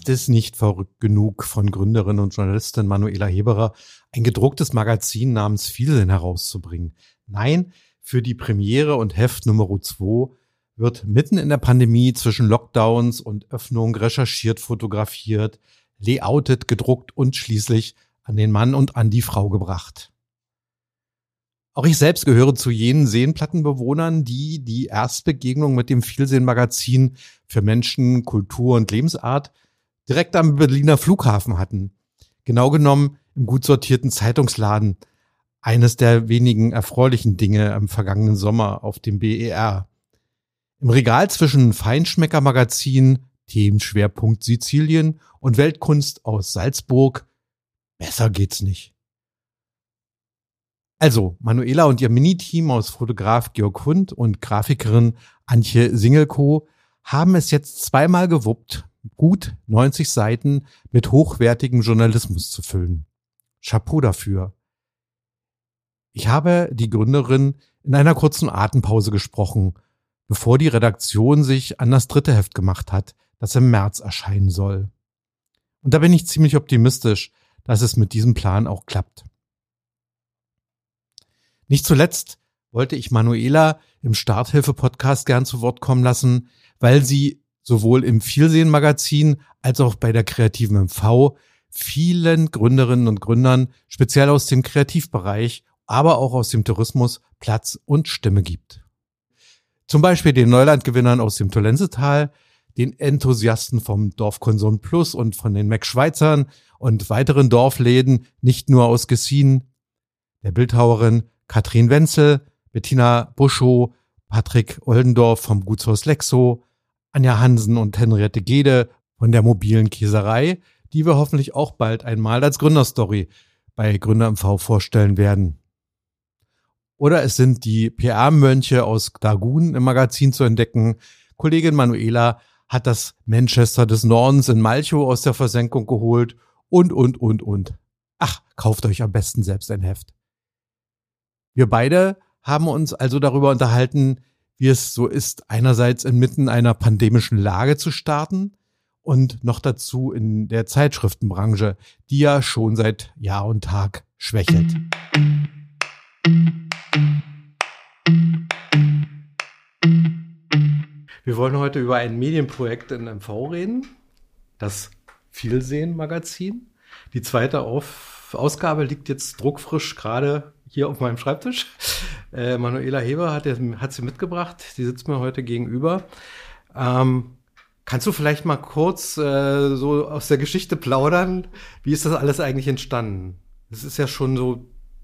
ist es nicht verrückt genug, von Gründerin und Journalistin Manuela Heberer ein gedrucktes Magazin namens Vielsinn herauszubringen? Nein, für die Premiere und Heft Nummer 2 wird mitten in der Pandemie zwischen Lockdowns und Öffnung recherchiert, fotografiert, layoutet, gedruckt und schließlich an den Mann und an die Frau gebracht. Auch ich selbst gehöre zu jenen Seenplattenbewohnern, die die Erstbegegnung mit dem Vielsehen-Magazin für Menschen, Kultur und Lebensart direkt am Berliner Flughafen hatten. Genau genommen im gut sortierten Zeitungsladen. Eines der wenigen erfreulichen Dinge am vergangenen Sommer auf dem BER. Im Regal zwischen Feinschmecker-Magazin, Themenschwerpunkt Sizilien und Weltkunst aus Salzburg. Besser geht's nicht. Also, Manuela und ihr Miniteam aus Fotograf Georg Hund und Grafikerin Antje Singelko haben es jetzt zweimal gewuppt, gut 90 Seiten mit hochwertigem Journalismus zu füllen. Chapeau dafür. Ich habe die Gründerin in einer kurzen Atempause gesprochen, bevor die Redaktion sich an das 3. Heft gemacht hat, das im März erscheinen soll. Und da bin ich ziemlich optimistisch, dass es mit diesem Plan auch klappt. Nicht zuletzt wollte ich Manuela im Starthilfe-Podcast gern zu Wort kommen lassen, weil sie sowohl im Vielsehen-Magazin als auch bei der kreativen MV vielen Gründerinnen und Gründern, speziell aus dem Kreativbereich, aber auch aus dem Tourismus, Platz und Stimme gibt. Zum Beispiel den Neulandgewinnern aus dem Tollensetal, den Enthusiasten vom Dorfkonsum Plus und von den Mac-Schweizern und weiteren Dorfläden, nicht nur aus Gessin, der Bildhauerin Katrin Wenzel, Bettina Buschow, Patrick Oldendorf vom Gutshaus Lexo, Anja Hansen und Henriette Gede von der mobilen Käserei, die wir hoffentlich auch bald einmal als Gründerstory bei Gründer MV vorstellen werden. Oder es sind die PR-Mönche aus Dagun im Magazin zu entdecken. Kollegin Manuela hat das Manchester des Nordens in Malchow aus der Versenkung geholt und. Ach, kauft euch am besten selbst ein Heft. Wir beide haben uns also darüber unterhalten, wie es so ist, einerseits inmitten einer pandemischen Lage zu starten und noch dazu in der Zeitschriftenbranche, die ja schon seit Jahr und Tag schwächelt. Wir wollen heute über ein Medienprojekt in MV reden, das Vielsehen-Magazin. Die zweite Ausgabe liegt jetzt druckfrisch gerade hier auf meinem Schreibtisch. Manuela Heberer hat sie mitgebracht. Die sitzt mir heute gegenüber. Kannst du vielleicht mal kurz so aus der Geschichte plaudern? Wie ist das alles eigentlich entstanden? Das ist ja schon so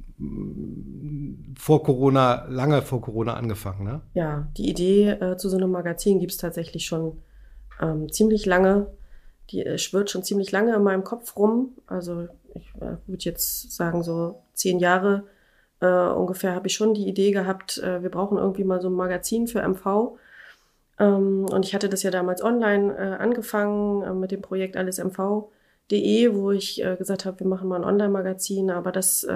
vor Corona, lange vor Corona angefangen, ne? Ja, die Idee zu so einem Magazin gibt es tatsächlich schon ziemlich lange. Die schwirrt schon ziemlich lange in meinem Kopf rum. Also ich würde jetzt sagen, so 10 Jahre ungefähr habe ich schon die Idee gehabt, wir brauchen irgendwie mal so ein Magazin für MV. Und ich hatte das ja damals online angefangen mit dem Projekt allesmv.de, wo ich gesagt habe, wir machen mal ein Online-Magazin, aber das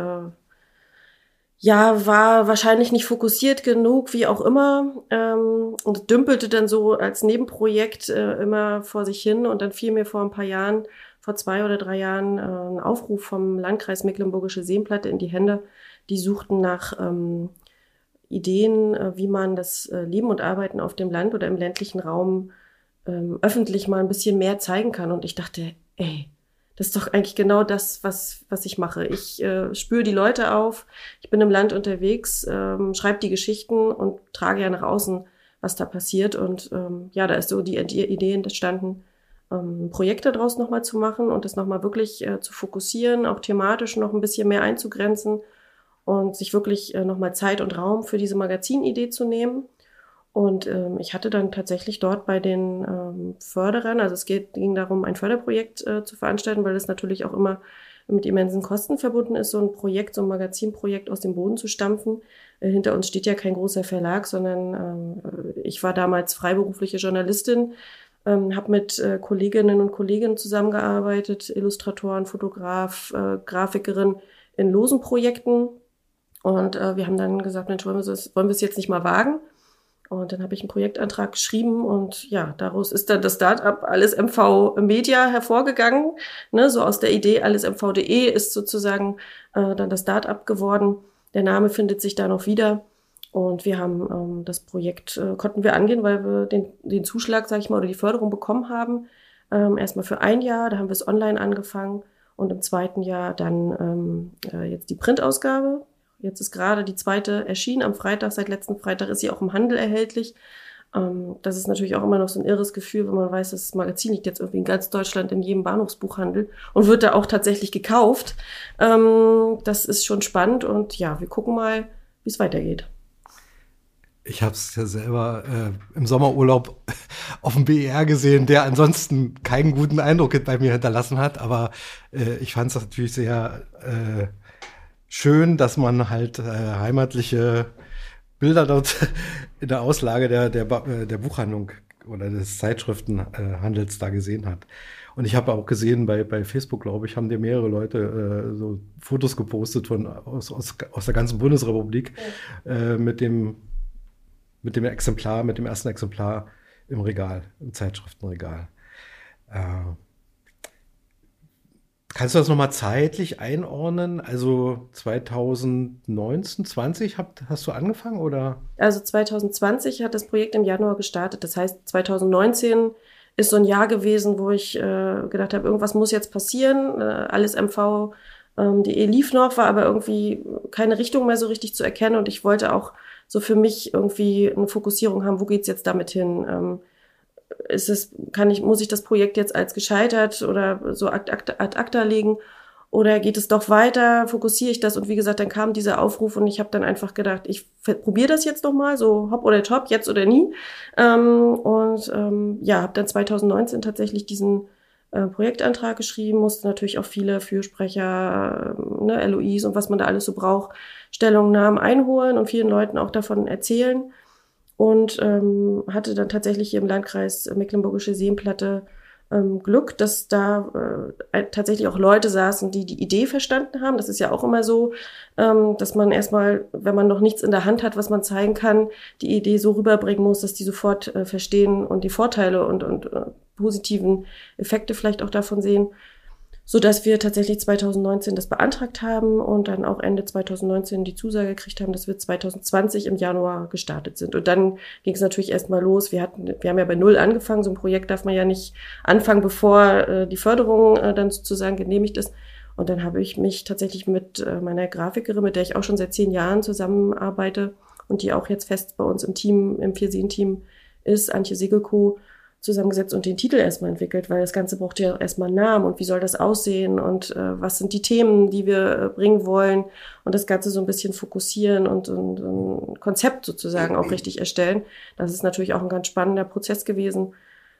war wahrscheinlich nicht fokussiert genug, wie auch immer, und dümpelte dann so als Nebenprojekt immer vor sich hin. Und dann fiel mir vor ein paar Jahren, vor 2 oder 3 Jahren, ein Aufruf vom Landkreis Mecklenburgische Seenplatte in die Hände. Die suchten nach Ideen, wie man das Leben und Arbeiten auf dem Land oder im ländlichen Raum öffentlich mal ein bisschen mehr zeigen kann. Und ich dachte, das ist doch eigentlich genau das, was ich mache. Ich spüre die Leute auf, ich bin im Land unterwegs, schreibe die Geschichten und trage ja nach außen, was da passiert. Und da ist so die Idee entstanden, ein Projekt daraus nochmal zu machen und das nochmal wirklich zu fokussieren, auch thematisch noch ein bisschen mehr einzugrenzen und sich wirklich nochmal Zeit und Raum für diese Magazinidee zu nehmen. Und ich hatte dann tatsächlich dort bei den Förderern, also ging darum, ein Förderprojekt zu veranstalten, weil es natürlich auch immer mit immensen Kosten verbunden ist, so ein Projekt, so ein Magazinprojekt aus dem Boden zu stampfen. Hinter uns steht ja kein großer Verlag, sondern ich war damals freiberufliche Journalistin, habe mit Kolleginnen und Kollegen zusammengearbeitet, Illustratoren, Fotograf, Grafikerin in losen Projekten. Und wir haben dann gesagt, Mensch, wollen wir es jetzt nicht mal wagen? Und dann habe ich einen Projektantrag geschrieben und ja, daraus ist dann das Startup Alles MV Media hervorgegangen. Ne, so aus der Idee allesmv.de ist sozusagen dann das Startup geworden. Der Name findet sich da noch wieder. Und wir haben das Projekt, konnten wir angehen, weil wir den Zuschlag, sage ich mal, oder die Förderung bekommen haben. Erstmal für 1 Jahr, da haben wir es online angefangen. Und im 2. Jahr dann jetzt die Printausgabe. Jetzt ist gerade die 2. erschienen am Freitag. Seit letzten Freitag ist sie auch im Handel erhältlich. Das ist natürlich auch immer noch so ein irres Gefühl, wenn man weiß, das Magazin liegt jetzt irgendwie in ganz Deutschland in jedem Bahnhofsbuchhandel und wird da auch tatsächlich gekauft. Das ist schon spannend und ja, wir gucken mal, wie es weitergeht. Ich habe es ja selber im Sommerurlaub auf dem BER gesehen, der ansonsten keinen guten Eindruck bei mir hinterlassen hat. Aber ich fand es natürlich sehr schön, dass man halt heimatliche Bilder dort in der Auslage der Buchhandlung oder des Zeitschriftenhandels da gesehen hat. Und ich habe auch gesehen, bei Facebook, glaube ich, haben dir mehrere Leute so Fotos gepostet aus der ganzen Bundesrepublik mit dem ersten Exemplar im Regal, im Zeitschriftenregal. Kannst du das nochmal zeitlich einordnen? Also 2019, 20 hast du angefangen, oder? Also 2020 hat das Projekt im Januar gestartet. Das heißt, 2019 ist so ein Jahr gewesen, wo ich gedacht habe, irgendwas muss jetzt passieren. Alles MV.de lief noch, war aber irgendwie keine Richtung mehr so richtig zu erkennen. Und ich wollte auch so für mich irgendwie eine Fokussierung haben, wo geht's jetzt damit hin? Muss ich das Projekt jetzt als gescheitert oder so ad acta legen? Oder geht es doch weiter? Fokussiere ich das? Und wie gesagt, dann kam dieser Aufruf und ich habe dann einfach gedacht, ich probiere das jetzt nochmal, so hopp oder top, jetzt oder nie. Habe dann 2019 tatsächlich diesen Projektantrag geschrieben, musste natürlich auch viele Fürsprecher, LOIs und was man da alles so braucht, Stellungnahmen einholen und vielen Leuten auch davon erzählen. Und hatte dann tatsächlich hier im Landkreis Mecklenburgische Seenplatte Glück, dass da tatsächlich auch Leute saßen, die die Idee verstanden haben. Das ist ja auch immer so, dass man erstmal, wenn man noch nichts in der Hand hat, was man zeigen kann, die Idee so rüberbringen muss, dass die sofort verstehen und die Vorteile und positiven Effekte vielleicht auch davon sehen, so dass wir tatsächlich 2019 das beantragt haben und dann auch Ende 2019 die Zusage gekriegt haben, dass wir 2020 im Januar gestartet sind. Und dann ging es natürlich erstmal los. Wir haben ja bei Null angefangen. So ein Projekt darf man ja nicht anfangen, bevor die Förderung dann sozusagen genehmigt ist. Und dann habe ich mich tatsächlich mit meiner Grafikerin, mit der ich auch schon seit 10 Jahren zusammenarbeite und die auch jetzt fest bei uns im Team, im 4-Seen-Team ist, Antje Segelko, zusammengesetzt und den Titel erstmal entwickelt, weil das Ganze braucht ja erstmal einen Namen und wie soll das aussehen und was sind die Themen, die wir bringen wollen und das Ganze so ein bisschen fokussieren und ein Konzept sozusagen auch richtig erstellen. Das ist natürlich auch ein ganz spannender Prozess gewesen.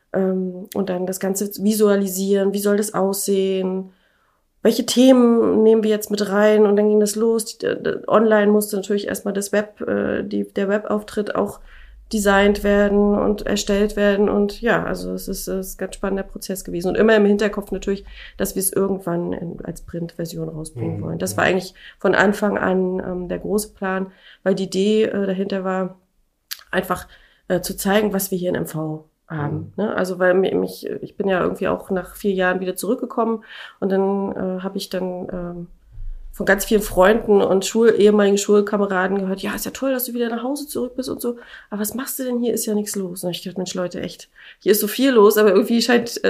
Und dann das Ganze visualisieren, wie soll das aussehen, welche Themen nehmen wir jetzt mit rein und dann ging das los. Online musste natürlich erstmal das Web, der Webauftritt auch designt werden und erstellt werden und ja, also es ist ein ganz spannender Prozess gewesen und immer im Hinterkopf natürlich, dass wir es irgendwann als Printversion rausbringen wollen. Das war eigentlich von Anfang an der große Plan, weil die Idee dahinter war, einfach zu zeigen, was wir hier in MV haben. Ne? Also weil ich bin ja irgendwie auch nach 4 Jahren wieder zurückgekommen und dann habe ich dann von ganz vielen Freunden und ehemaligen Schulkameraden gehört, ja, ist ja toll, dass du wieder nach Hause zurück bist und so, aber was machst du denn hier? Ist ja nichts los. Und ich dachte, Mensch, Leute, echt, hier ist so viel los, aber irgendwie scheint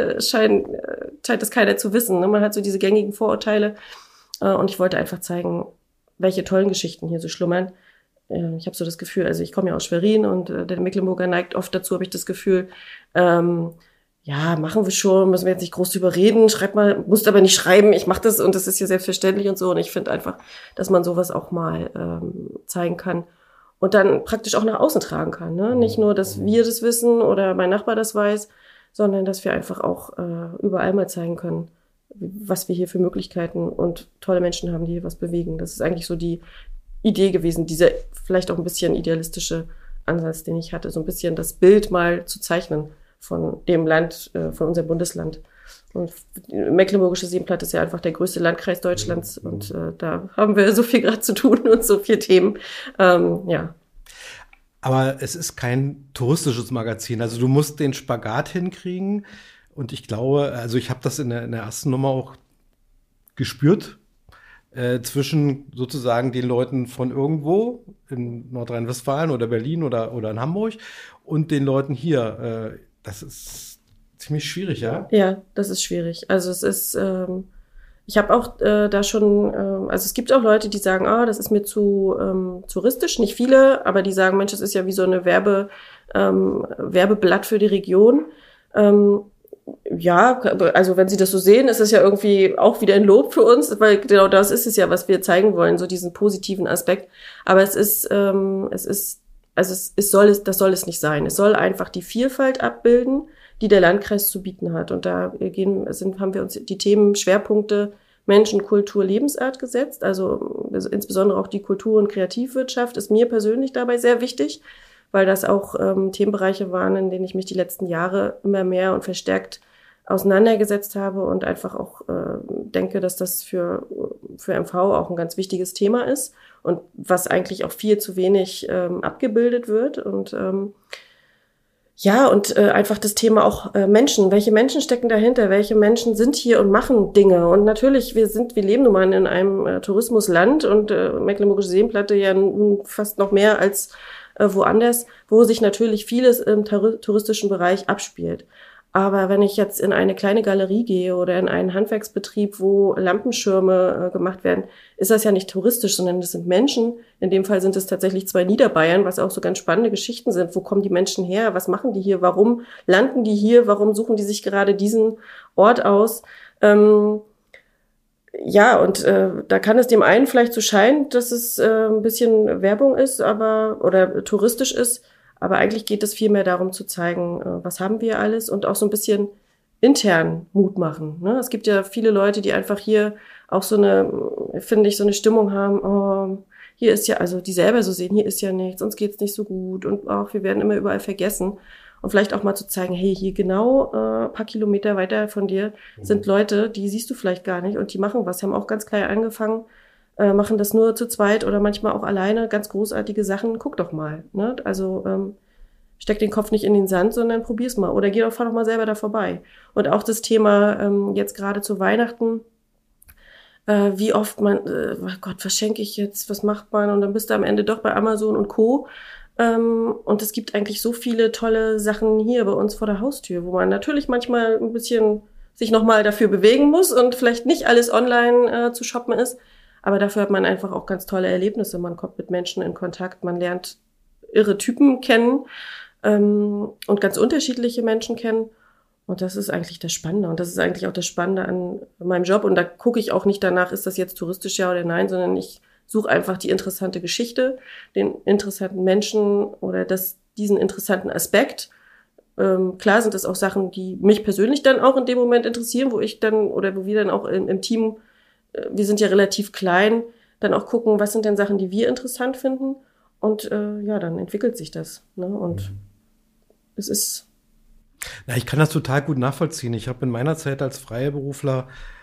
das keiner zu wissen. Ne? Man hat so diese gängigen Vorurteile und ich wollte einfach zeigen, welche tollen Geschichten hier so schlummern. Ich habe so das Gefühl, also ich komme ja aus Schwerin und der Mecklenburger neigt oft dazu, habe ich das Gefühl, ja, machen wir schon, müssen wir jetzt nicht groß drüber reden, schreib mal, musst aber nicht schreiben, ich mache das und das ist hier selbstverständlich und so. Und ich finde einfach, dass man sowas auch mal zeigen kann und dann praktisch auch nach außen tragen kann. Ne? Nicht nur, dass wir das wissen oder mein Nachbar das weiß, sondern dass wir einfach auch überall mal zeigen können, was wir hier für Möglichkeiten und tolle Menschen haben, die hier was bewegen. Das ist eigentlich so die Idee gewesen, dieser vielleicht auch ein bisschen idealistische Ansatz, den ich hatte, so ein bisschen das Bild mal zu zeichnen von dem Land, von unserem Bundesland. Und Mecklenburgische Seenplatte ist ja einfach der größte Landkreis Deutschlands und da haben wir so viel gerade zu tun und so viele Themen. Ja. Aber es ist kein touristisches Magazin. Also du musst den Spagat hinkriegen. Und ich glaube, also ich habe das in der ersten Nummer auch gespürt, zwischen sozusagen den Leuten von irgendwo in Nordrhein-Westfalen oder Berlin oder in Hamburg und den Leuten hier. Das ist ziemlich schwierig, ja? Ja, das ist schwierig. Also es ist, ich habe auch da schon, also es gibt auch Leute, die sagen, das ist mir zu touristisch, nicht viele, aber die sagen, Mensch, das ist ja wie so eine Werbeblatt für die Region. Ja, also wenn Sie das so sehen, ist es ja irgendwie auch wieder ein Lob für uns, weil genau das ist es ja, was wir zeigen wollen, so diesen positiven Aspekt. Aber das soll es nicht sein. Es soll einfach die Vielfalt abbilden, die der Landkreis zu bieten hat. Und da haben wir uns die Themen Schwerpunkte Menschen, Kultur, Lebensart gesetzt. Also insbesondere auch die Kultur- und Kreativwirtschaft ist mir persönlich dabei sehr wichtig, weil das auch Themenbereiche waren, in denen ich mich die letzten Jahre immer mehr und verstärkt auseinandergesetzt habe und einfach auch denke, dass das für MV auch ein ganz wichtiges Thema ist und was eigentlich auch viel zu wenig abgebildet wird. Und einfach das Thema auch Menschen. Welche Menschen stecken dahinter? Welche Menschen sind hier und machen Dinge? Und natürlich, wir leben nun mal in einem Tourismusland und Mecklenburgische Seenplatte ja nun fast noch mehr als woanders, wo sich natürlich vieles im touristischen Bereich abspielt. Aber wenn ich jetzt in eine kleine Galerie gehe oder in einen Handwerksbetrieb, wo Lampenschirme gemacht werden, ist das ja nicht touristisch, sondern das sind Menschen. In dem Fall sind es tatsächlich 2 Niederbayern, was auch so ganz spannende Geschichten sind. Wo kommen die Menschen her? Was machen die hier? Warum landen die hier? Warum suchen die sich gerade diesen Ort aus? Da kann es dem einen vielleicht so scheinen, dass es ein bisschen Werbung ist, oder touristisch ist, aber eigentlich geht es vielmehr darum zu zeigen, was haben wir alles und auch so ein bisschen intern Mut machen. Ne? Es gibt ja viele Leute, die einfach hier auch so eine Stimmung haben, hier ist ja, also die selber so sehen, hier ist ja nichts, uns geht's nicht so gut und auch wir werden immer überall vergessen. Und vielleicht auch mal zu zeigen, hey, hier genau ein paar Kilometer weiter von dir sind Leute, die siehst du vielleicht gar nicht und die machen was, haben auch ganz klein angefangen, machen das nur zu zweit oder manchmal auch alleine, ganz großartige Sachen, guck doch mal. Ne? Also steck den Kopf nicht in den Sand, sondern probier's mal oder fahr doch mal selber da vorbei. Und auch das Thema jetzt gerade zu Weihnachten, wie oft oh Gott, was schenke ich jetzt, was macht man? Und dann bist du am Ende doch bei Amazon und Co., und es gibt eigentlich so viele tolle Sachen hier bei uns vor der Haustür, wo man natürlich manchmal ein bisschen sich nochmal dafür bewegen muss und vielleicht nicht alles online zu shoppen ist. Aber dafür hat man einfach auch ganz tolle Erlebnisse. Man kommt mit Menschen in Kontakt, man lernt irre Typen kennen und ganz unterschiedliche Menschen kennen. Und das ist eigentlich das Spannende. Und das ist eigentlich auch das Spannende an meinem Job. Und da gucke ich auch nicht danach, ist das jetzt touristisch ja oder nein, sondern ich suche einfach die interessante Geschichte, den interessanten Menschen oder diesen interessanten Aspekt. Klar sind das auch Sachen, die mich persönlich dann auch in dem Moment interessieren, wo wir dann auch im Team, wir sind ja relativ klein, dann auch gucken, was sind denn Sachen, die wir interessant finden. Und dann entwickelt sich das. Ne? Und es ist... Na, ich kann das total gut nachvollziehen. Ich habe in meiner Zeit als Freiberufler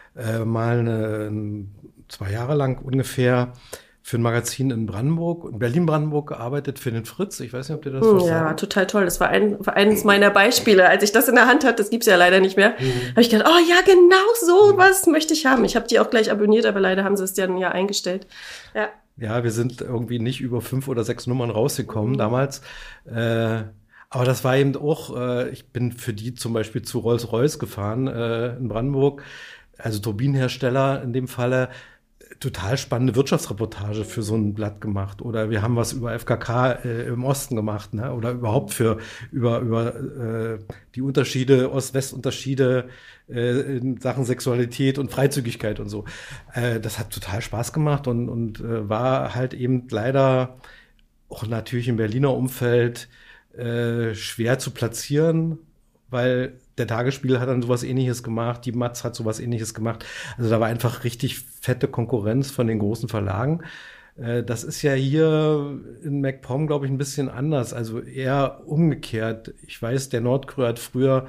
mal 2 Jahre lang ungefähr für ein Magazin in Berlin-Brandenburg gearbeitet, für den Fritz. Ich weiß nicht, ob dir das was sagt. Ja, total toll. Das war eines meiner Beispiele. Als ich das in der Hand hatte, das gibt's ja leider nicht mehr, habe ich gedacht, oh ja, genau so was möchte ich haben. Ich habe die auch gleich abonniert, aber leider haben sie es dann ja eingestellt. Ja. Ja, wir sind irgendwie nicht über 5 oder 6 Nummern rausgekommen damals. Aber das war eben auch, ich bin für die zum Beispiel zu Rolls-Royce gefahren in Brandenburg, also Turbinenhersteller in dem Falle, total spannende Wirtschaftsreportage für so ein Blatt gemacht. Oder wir haben was über FKK im Osten gemacht, ne? Oder überhaupt über die Unterschiede, Ost-West-Unterschiede in Sachen Sexualität und Freizügigkeit und so. Das hat total Spaß gemacht und war halt eben leider auch natürlich im Berliner Umfeld schwer zu platzieren, weil der Tagesspiegel hat dann sowas Ähnliches gemacht, die Matz hat sowas Ähnliches gemacht. Also da war einfach richtig fette Konkurrenz von den großen Verlagen. Das ist ja hier in MacPom, glaube ich, ein bisschen anders, also eher umgekehrt. Ich weiß, der Nordkurier hat früher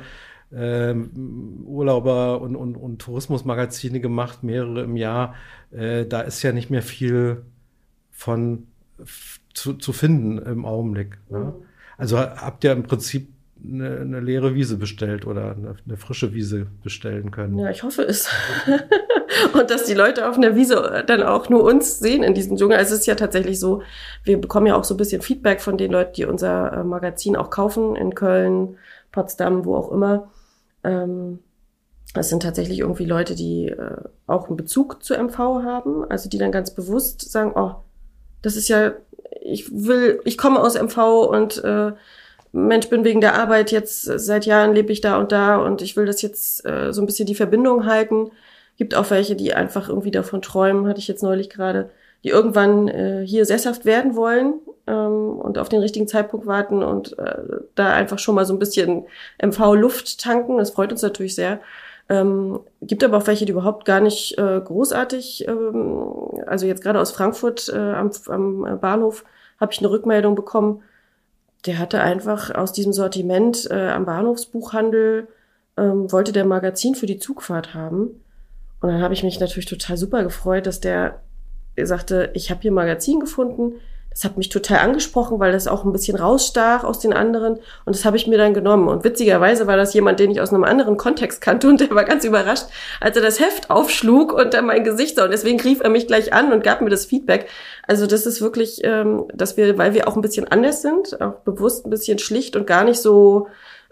Urlauber und Tourismusmagazine gemacht, mehrere im Jahr. Da ist ja nicht mehr viel von zu finden im Augenblick. Ne? Also habt ihr im Prinzip eine leere Wiese bestellt oder eine frische Wiese bestellen können? Ja, ich hoffe es. Und dass die Leute auf einer Wiese dann auch nur uns sehen in diesem Dschungel. Also es ist ja tatsächlich so, wir bekommen ja auch so ein bisschen Feedback von den Leuten, die unser Magazin auch kaufen, in Köln, Potsdam, wo auch immer. Es sind tatsächlich irgendwie Leute, die auch einen Bezug zu MV haben, also die dann ganz bewusst sagen, oh, das ist ja, ich komme aus MV und Mensch, bin wegen der Arbeit jetzt, seit Jahren lebe ich da und ich will das jetzt so ein bisschen die Verbindung halten. Gibt auch welche, die einfach irgendwie davon träumen, hatte ich jetzt neulich gerade, die irgendwann hier sesshaft werden wollen und auf den richtigen Zeitpunkt warten und da einfach schon mal so ein bisschen MV-Luft tanken. Das freut uns natürlich sehr. Gibt aber auch welche, die überhaupt gar nicht großartig, also jetzt gerade aus Frankfurt am Bahnhof habe ich eine Rückmeldung bekommen. Der hatte einfach aus diesem Sortiment am Bahnhofsbuchhandel, wollte der Magazin für die Zugfahrt haben. Und dann habe ich mich natürlich total super gefreut, dass der sagte, ich habe hier ein Magazin gefunden. Das hat mich total angesprochen, weil das auch ein bisschen rausstach aus den anderen. Und das habe ich mir dann genommen. Und witzigerweise war das jemand, den ich aus einem anderen Kontext kannte. Und der war ganz überrascht, als er das Heft aufschlug und dann mein Gesicht sah. Und deswegen rief er mich gleich an und gab mir das Feedback. Also das ist wirklich, dass wir, weil wir auch ein bisschen anders sind, auch bewusst ein bisschen schlicht und gar nicht so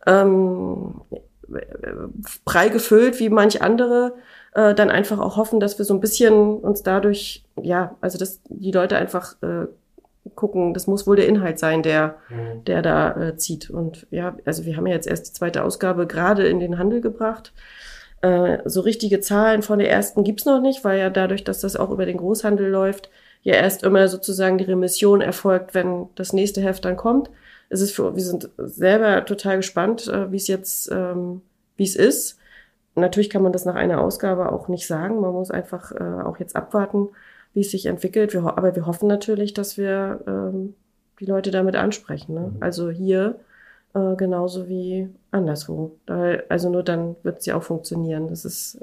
prall gefüllt wie manch andere, dann einfach auch hoffen, dass wir so ein bisschen uns dadurch, ja, also dass die Leute einfach gucken, das muss wohl der Inhalt sein, der da zieht. Und ja, also wir haben ja jetzt erst die zweite Ausgabe gerade in den Handel gebracht. So richtige Zahlen von der ersten gibt's noch nicht, weil ja dadurch, dass das auch über den Großhandel läuft, ja erst immer sozusagen die Remission erfolgt, wenn das nächste Heft dann kommt. Wir sind selber total gespannt, wie es ist. Natürlich kann man das nach einer Ausgabe auch nicht sagen. Man muss einfach auch jetzt abwarten, wie es sich entwickelt. Aber wir hoffen natürlich, dass wir die Leute damit ansprechen. Ne? Also hier genauso wie anderswo. Also nur dann wird es ja auch funktionieren. Das ist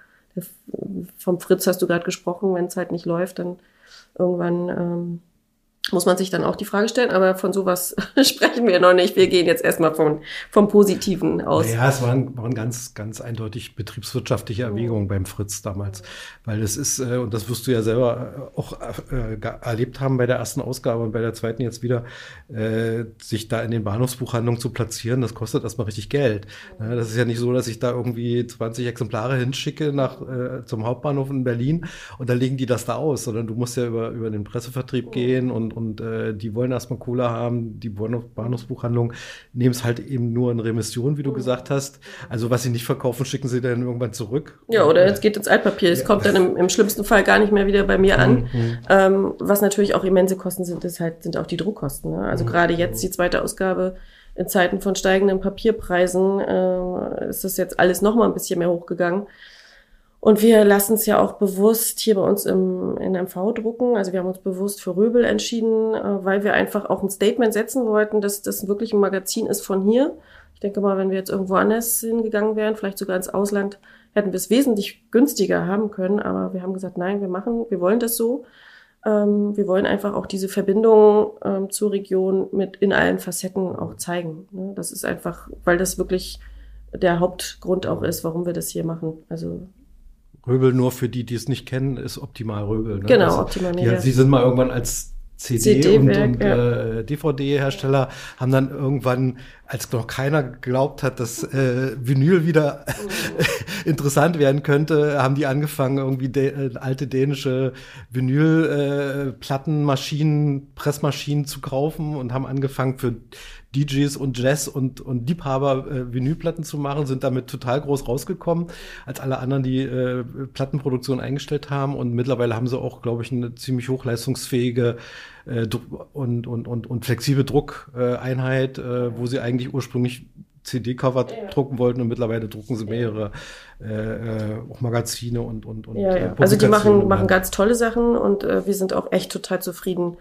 vom Fritz hast du gerade gesprochen. Wenn es halt nicht läuft, dann irgendwann muss man sich dann auch die Frage stellen, aber von sowas sprechen wir noch nicht. Wir gehen jetzt erstmal vom Positiven aus. Ja, es waren ganz, ganz eindeutig betriebswirtschaftliche Erwägungen beim Fritz damals. Weil es ist, und das wirst du ja selber auch erlebt haben bei der ersten Ausgabe und bei der zweiten jetzt wieder, sich da in den Bahnhofsbuchhandlungen zu platzieren, das kostet erstmal richtig Geld. Das ist ja nicht so, dass ich da irgendwie 20 Exemplare hinschicke zum Hauptbahnhof in Berlin und dann legen die das da aus, sondern du musst ja über den Pressevertrieb gehen und die wollen erstmal Kohle haben, die Bahnhofsbuchhandlung nehmen es halt eben nur in Remission, wie du gesagt hast. Also was sie nicht verkaufen, schicken sie dann irgendwann zurück. Ja, oder es geht ins Altpapier. Es kommt dann im schlimmsten Fall gar nicht mehr wieder bei mir an. Was natürlich auch immense Kosten sind, sind auch die Druckkosten. Ne? Also gerade jetzt die zweite Ausgabe in Zeiten von steigenden Papierpreisen ist das jetzt alles noch mal ein bisschen mehr hochgegangen. Und wir lassen es ja auch bewusst hier bei uns in MV drucken. Also wir haben uns bewusst für Röbel entschieden, weil wir einfach auch ein Statement setzen wollten, dass das wirklich ein Magazin ist von hier. Ich denke mal, wenn wir jetzt irgendwo anders hingegangen wären, vielleicht sogar ins Ausland, hätten wir es wesentlich günstiger haben können. Aber wir haben gesagt, nein, wir wollen das so. Wir wollen einfach auch diese Verbindung zur Region mit in allen Facetten auch zeigen. Ne? Das ist einfach, weil das wirklich der Hauptgrund auch ist, warum wir das hier machen. Also Röbel, nur für die es nicht kennen, ist Optimal Röbel. Ne? Genau, also, Optimal Media. Sie sind mal irgendwann als CD- und DVD-Hersteller, haben dann irgendwann, als noch keiner geglaubt hat, dass Vinyl wieder interessant werden könnte, haben die angefangen, irgendwie alte dänische Vinyl-Plattenmaschinen, Pressmaschinen zu kaufen und haben angefangen für DJs und Jazz und Liebhaber Vinylplatten zu machen, sind damit total groß rausgekommen, als alle anderen die Plattenproduktion eingestellt haben. Und mittlerweile haben sie auch, glaube ich, eine ziemlich hochleistungsfähige und flexible Druckeinheit, wo sie eigentlich ursprünglich CD-Cover drucken wollten und mittlerweile drucken sie mehrere auch Magazine und Also die machen ganz tolle Sachen und wir sind auch echt total zufrieden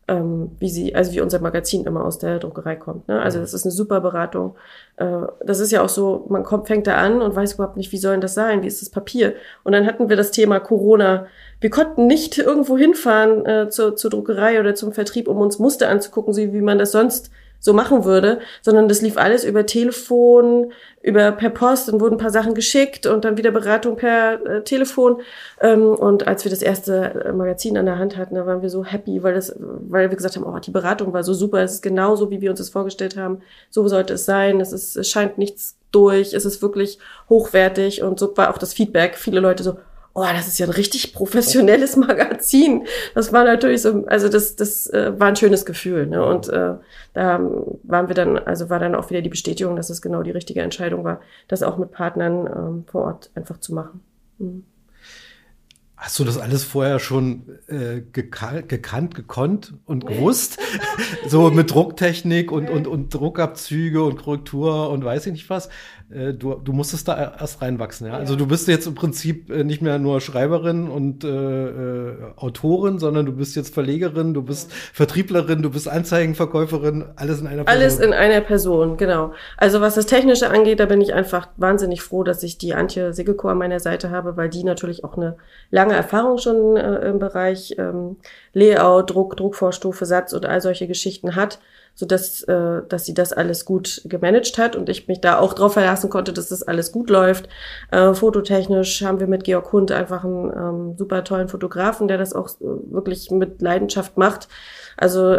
wie unser Magazin immer aus der Druckerei kommt. Ne? Also das ist eine super Beratung. Das ist ja auch so, fängt da an und weiß überhaupt nicht, wie soll denn das sein? Wie ist das Papier? Und dann hatten wir das Thema Corona. Wir konnten nicht irgendwo hinfahren zur Druckerei oder zum Vertrieb, um uns Muster anzugucken, so wie man das sonst so machen würde, sondern das lief alles über Telefon, per Post und wurden ein paar Sachen geschickt und dann wieder Beratung per Telefon. Und als wir das erste Magazin an der Hand hatten, da waren wir so happy, weil wir gesagt haben, die Beratung war so super, es ist genauso, wie wir uns das vorgestellt haben. So sollte es sein, es scheint nichts durch, es ist wirklich hochwertig und so war auch das Feedback. Viele Leute so, das ist ja ein richtig professionelles Magazin. Das war natürlich so, also das war ein schönes Gefühl, ne? Und da war dann auch wieder die Bestätigung, dass es genau die richtige Entscheidung war, das auch mit Partnern vor Ort einfach zu machen. Mhm. Hast du das alles vorher schon gekonnt und gewusst? So mit Drucktechnik und Druckabzüge und Korrektur und weiß ich nicht was. Du musstest da erst reinwachsen, ja? Also du bist jetzt im Prinzip nicht mehr nur Schreiberin und Autorin, sondern du bist jetzt Verlegerin, du bist Vertrieblerin, du bist Anzeigenverkäuferin, alles in einer Person. Alles in einer Person, genau. Also was das Technische angeht, da bin ich einfach wahnsinnig froh, dass ich die Antje Segelko an meiner Seite habe, weil die natürlich auch eine lange Erfahrung schon im Bereich Layout, Druckvorstufe, Satz und all solche Geschichten hat, sodass dass sie das alles gut gemanagt hat und ich mich da auch drauf verlassen konnte, dass das alles gut läuft. Fototechnisch haben wir mit Georg Hund einfach einen super tollen Fotografen, der das auch wirklich mit Leidenschaft macht. Also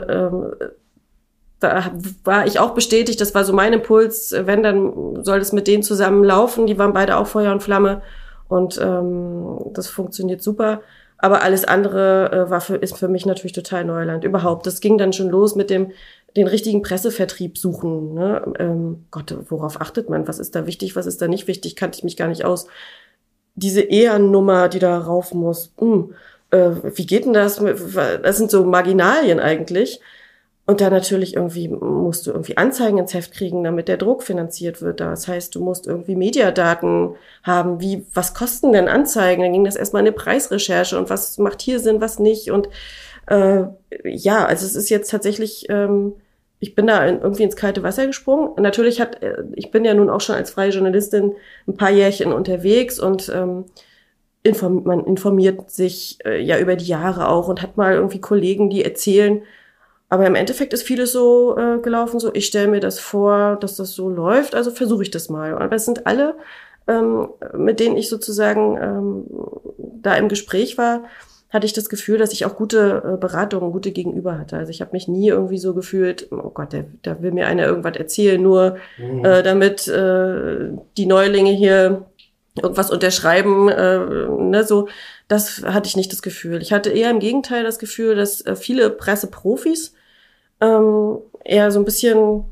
da war ich auch bestätigt, das war so mein Impuls, wenn, dann soll es mit denen zusammen laufen. Die waren beide auch Feuer und Flamme und das funktioniert super. Aber alles andere ist für mich natürlich total Neuland. Überhaupt, das ging dann schon los mit den richtigen Pressevertrieb suchen. Ne? Gott, worauf achtet man? Was ist da wichtig, was ist da nicht wichtig? Kannte ich mich gar nicht aus. Diese EAN-Nummer, die da rauf muss. Wie geht denn das? Das sind so Marginalien eigentlich. Und dann natürlich musst du irgendwie Anzeigen ins Heft kriegen, damit der Druck finanziert wird. Das heißt, du musst irgendwie Mediadaten haben, was kosten denn Anzeigen? Dann ging das erstmal eine Preisrecherche und was macht hier Sinn, was nicht. Und also es ist jetzt tatsächlich, ich bin da irgendwie ins kalte Wasser gesprungen. Natürlich ich bin ja nun auch schon als freie Journalistin ein paar Jährchen unterwegs und man informiert sich ja über die Jahre auch und hat mal irgendwie Kollegen, die erzählen. Aber im Endeffekt ist vieles so gelaufen, so ich stelle mir das vor, dass das so läuft, also versuche ich das mal. Aber es sind alle, mit denen ich sozusagen da im Gespräch war, hatte ich das Gefühl, dass ich auch gute Beratungen, gute Gegenüber hatte. Also ich habe mich nie irgendwie so gefühlt, oh Gott, da will mir einer irgendwas erzählen, nur damit die Neulinge hier irgendwas unterschreiben, so. Das hatte ich nicht das Gefühl. Ich hatte eher im Gegenteil das Gefühl, dass viele Presseprofis eher so ein bisschen,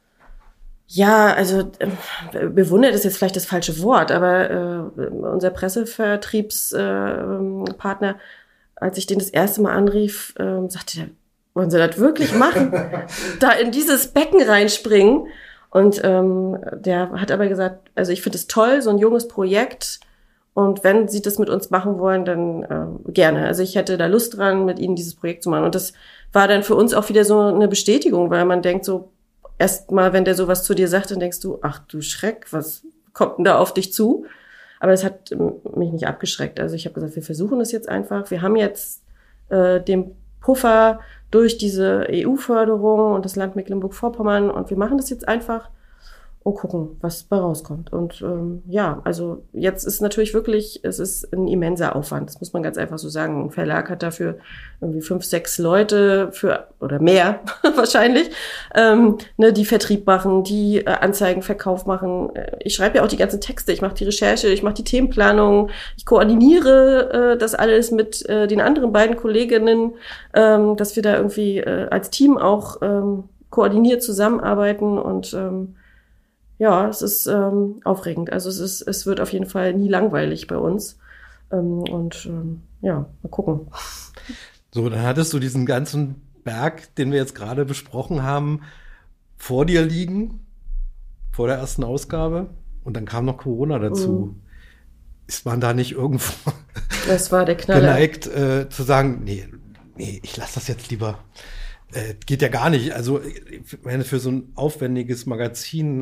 bewundert ist jetzt vielleicht das falsche Wort, aber unser Pressevertriebspartner, als ich den das erste Mal anrief, sagte der, wollen Sie das wirklich machen? Da in dieses Becken reinspringen? Und der hat aber gesagt, also ich finde es toll, so ein junges Projekt. Und wenn Sie das mit uns machen wollen, dann gerne. Also ich hätte da Lust dran, mit Ihnen dieses Projekt zu machen. Und das war dann für uns auch wieder so eine Bestätigung, weil man denkt so, erst mal, wenn der sowas zu dir sagt, dann denkst du, ach du Schreck, was kommt denn da auf dich zu? Aber es hat mich nicht abgeschreckt. Also ich habe gesagt, wir versuchen es jetzt einfach. Wir haben jetzt den Puffer durch diese EU-Förderung und das Land Mecklenburg-Vorpommern und wir machen das jetzt einfach und gucken, was bei rauskommt. Und also jetzt ist natürlich wirklich, es ist ein immenser Aufwand, das muss man ganz einfach so sagen. Ein Verlag hat dafür irgendwie 5, 6 Leute oder mehr wahrscheinlich, die Vertrieb machen, die Anzeigenverkauf machen. Ich schreibe ja auch die ganzen Texte, ich mache die Recherche, ich mache die Themenplanung, ich koordiniere das alles mit den anderen beiden Kolleginnen, dass wir da irgendwie als Team auch koordiniert zusammenarbeiten und es ist aufregend. Also es wird auf jeden Fall nie langweilig bei uns. Mal gucken. So, dann hattest du diesen ganzen Berg, den wir jetzt gerade besprochen haben, vor dir liegen, vor der ersten Ausgabe. Und dann kam noch Corona dazu. Ist man da nicht irgendwo das war der Knaller. geneigt zu sagen, nee, ich lasse das jetzt lieber. Geht ja gar nicht. Also, ich meine, für so ein aufwendiges Magazin,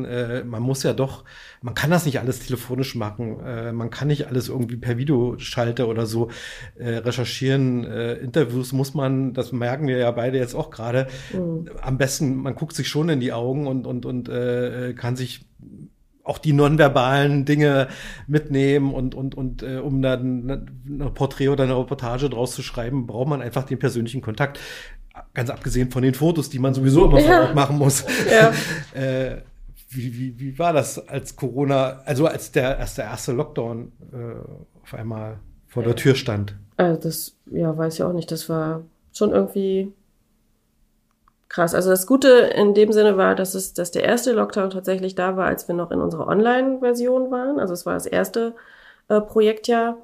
man kann das nicht alles telefonisch machen. Man kann nicht alles irgendwie per Videoschalter oder so recherchieren. Interviews muss man, das merken wir ja beide jetzt auch gerade, am besten, man guckt sich schon in die Augen und kann sich auch die nonverbalen Dinge mitnehmen und um dann ein Porträt oder eine Reportage draus zu schreiben, braucht man einfach den persönlichen Kontakt. Ganz abgesehen von den Fotos, die man sowieso immer vor Ort machen muss. Ja. Wie war das als Corona, also als der erste Lockdown auf einmal vor der Tür stand? Also das, weiß ich auch nicht. Das war schon irgendwie krass. Also das Gute in dem Sinne war, dass der erste Lockdown tatsächlich da war, als wir noch in unserer Online-Version waren. Also es war das erste Projektjahr.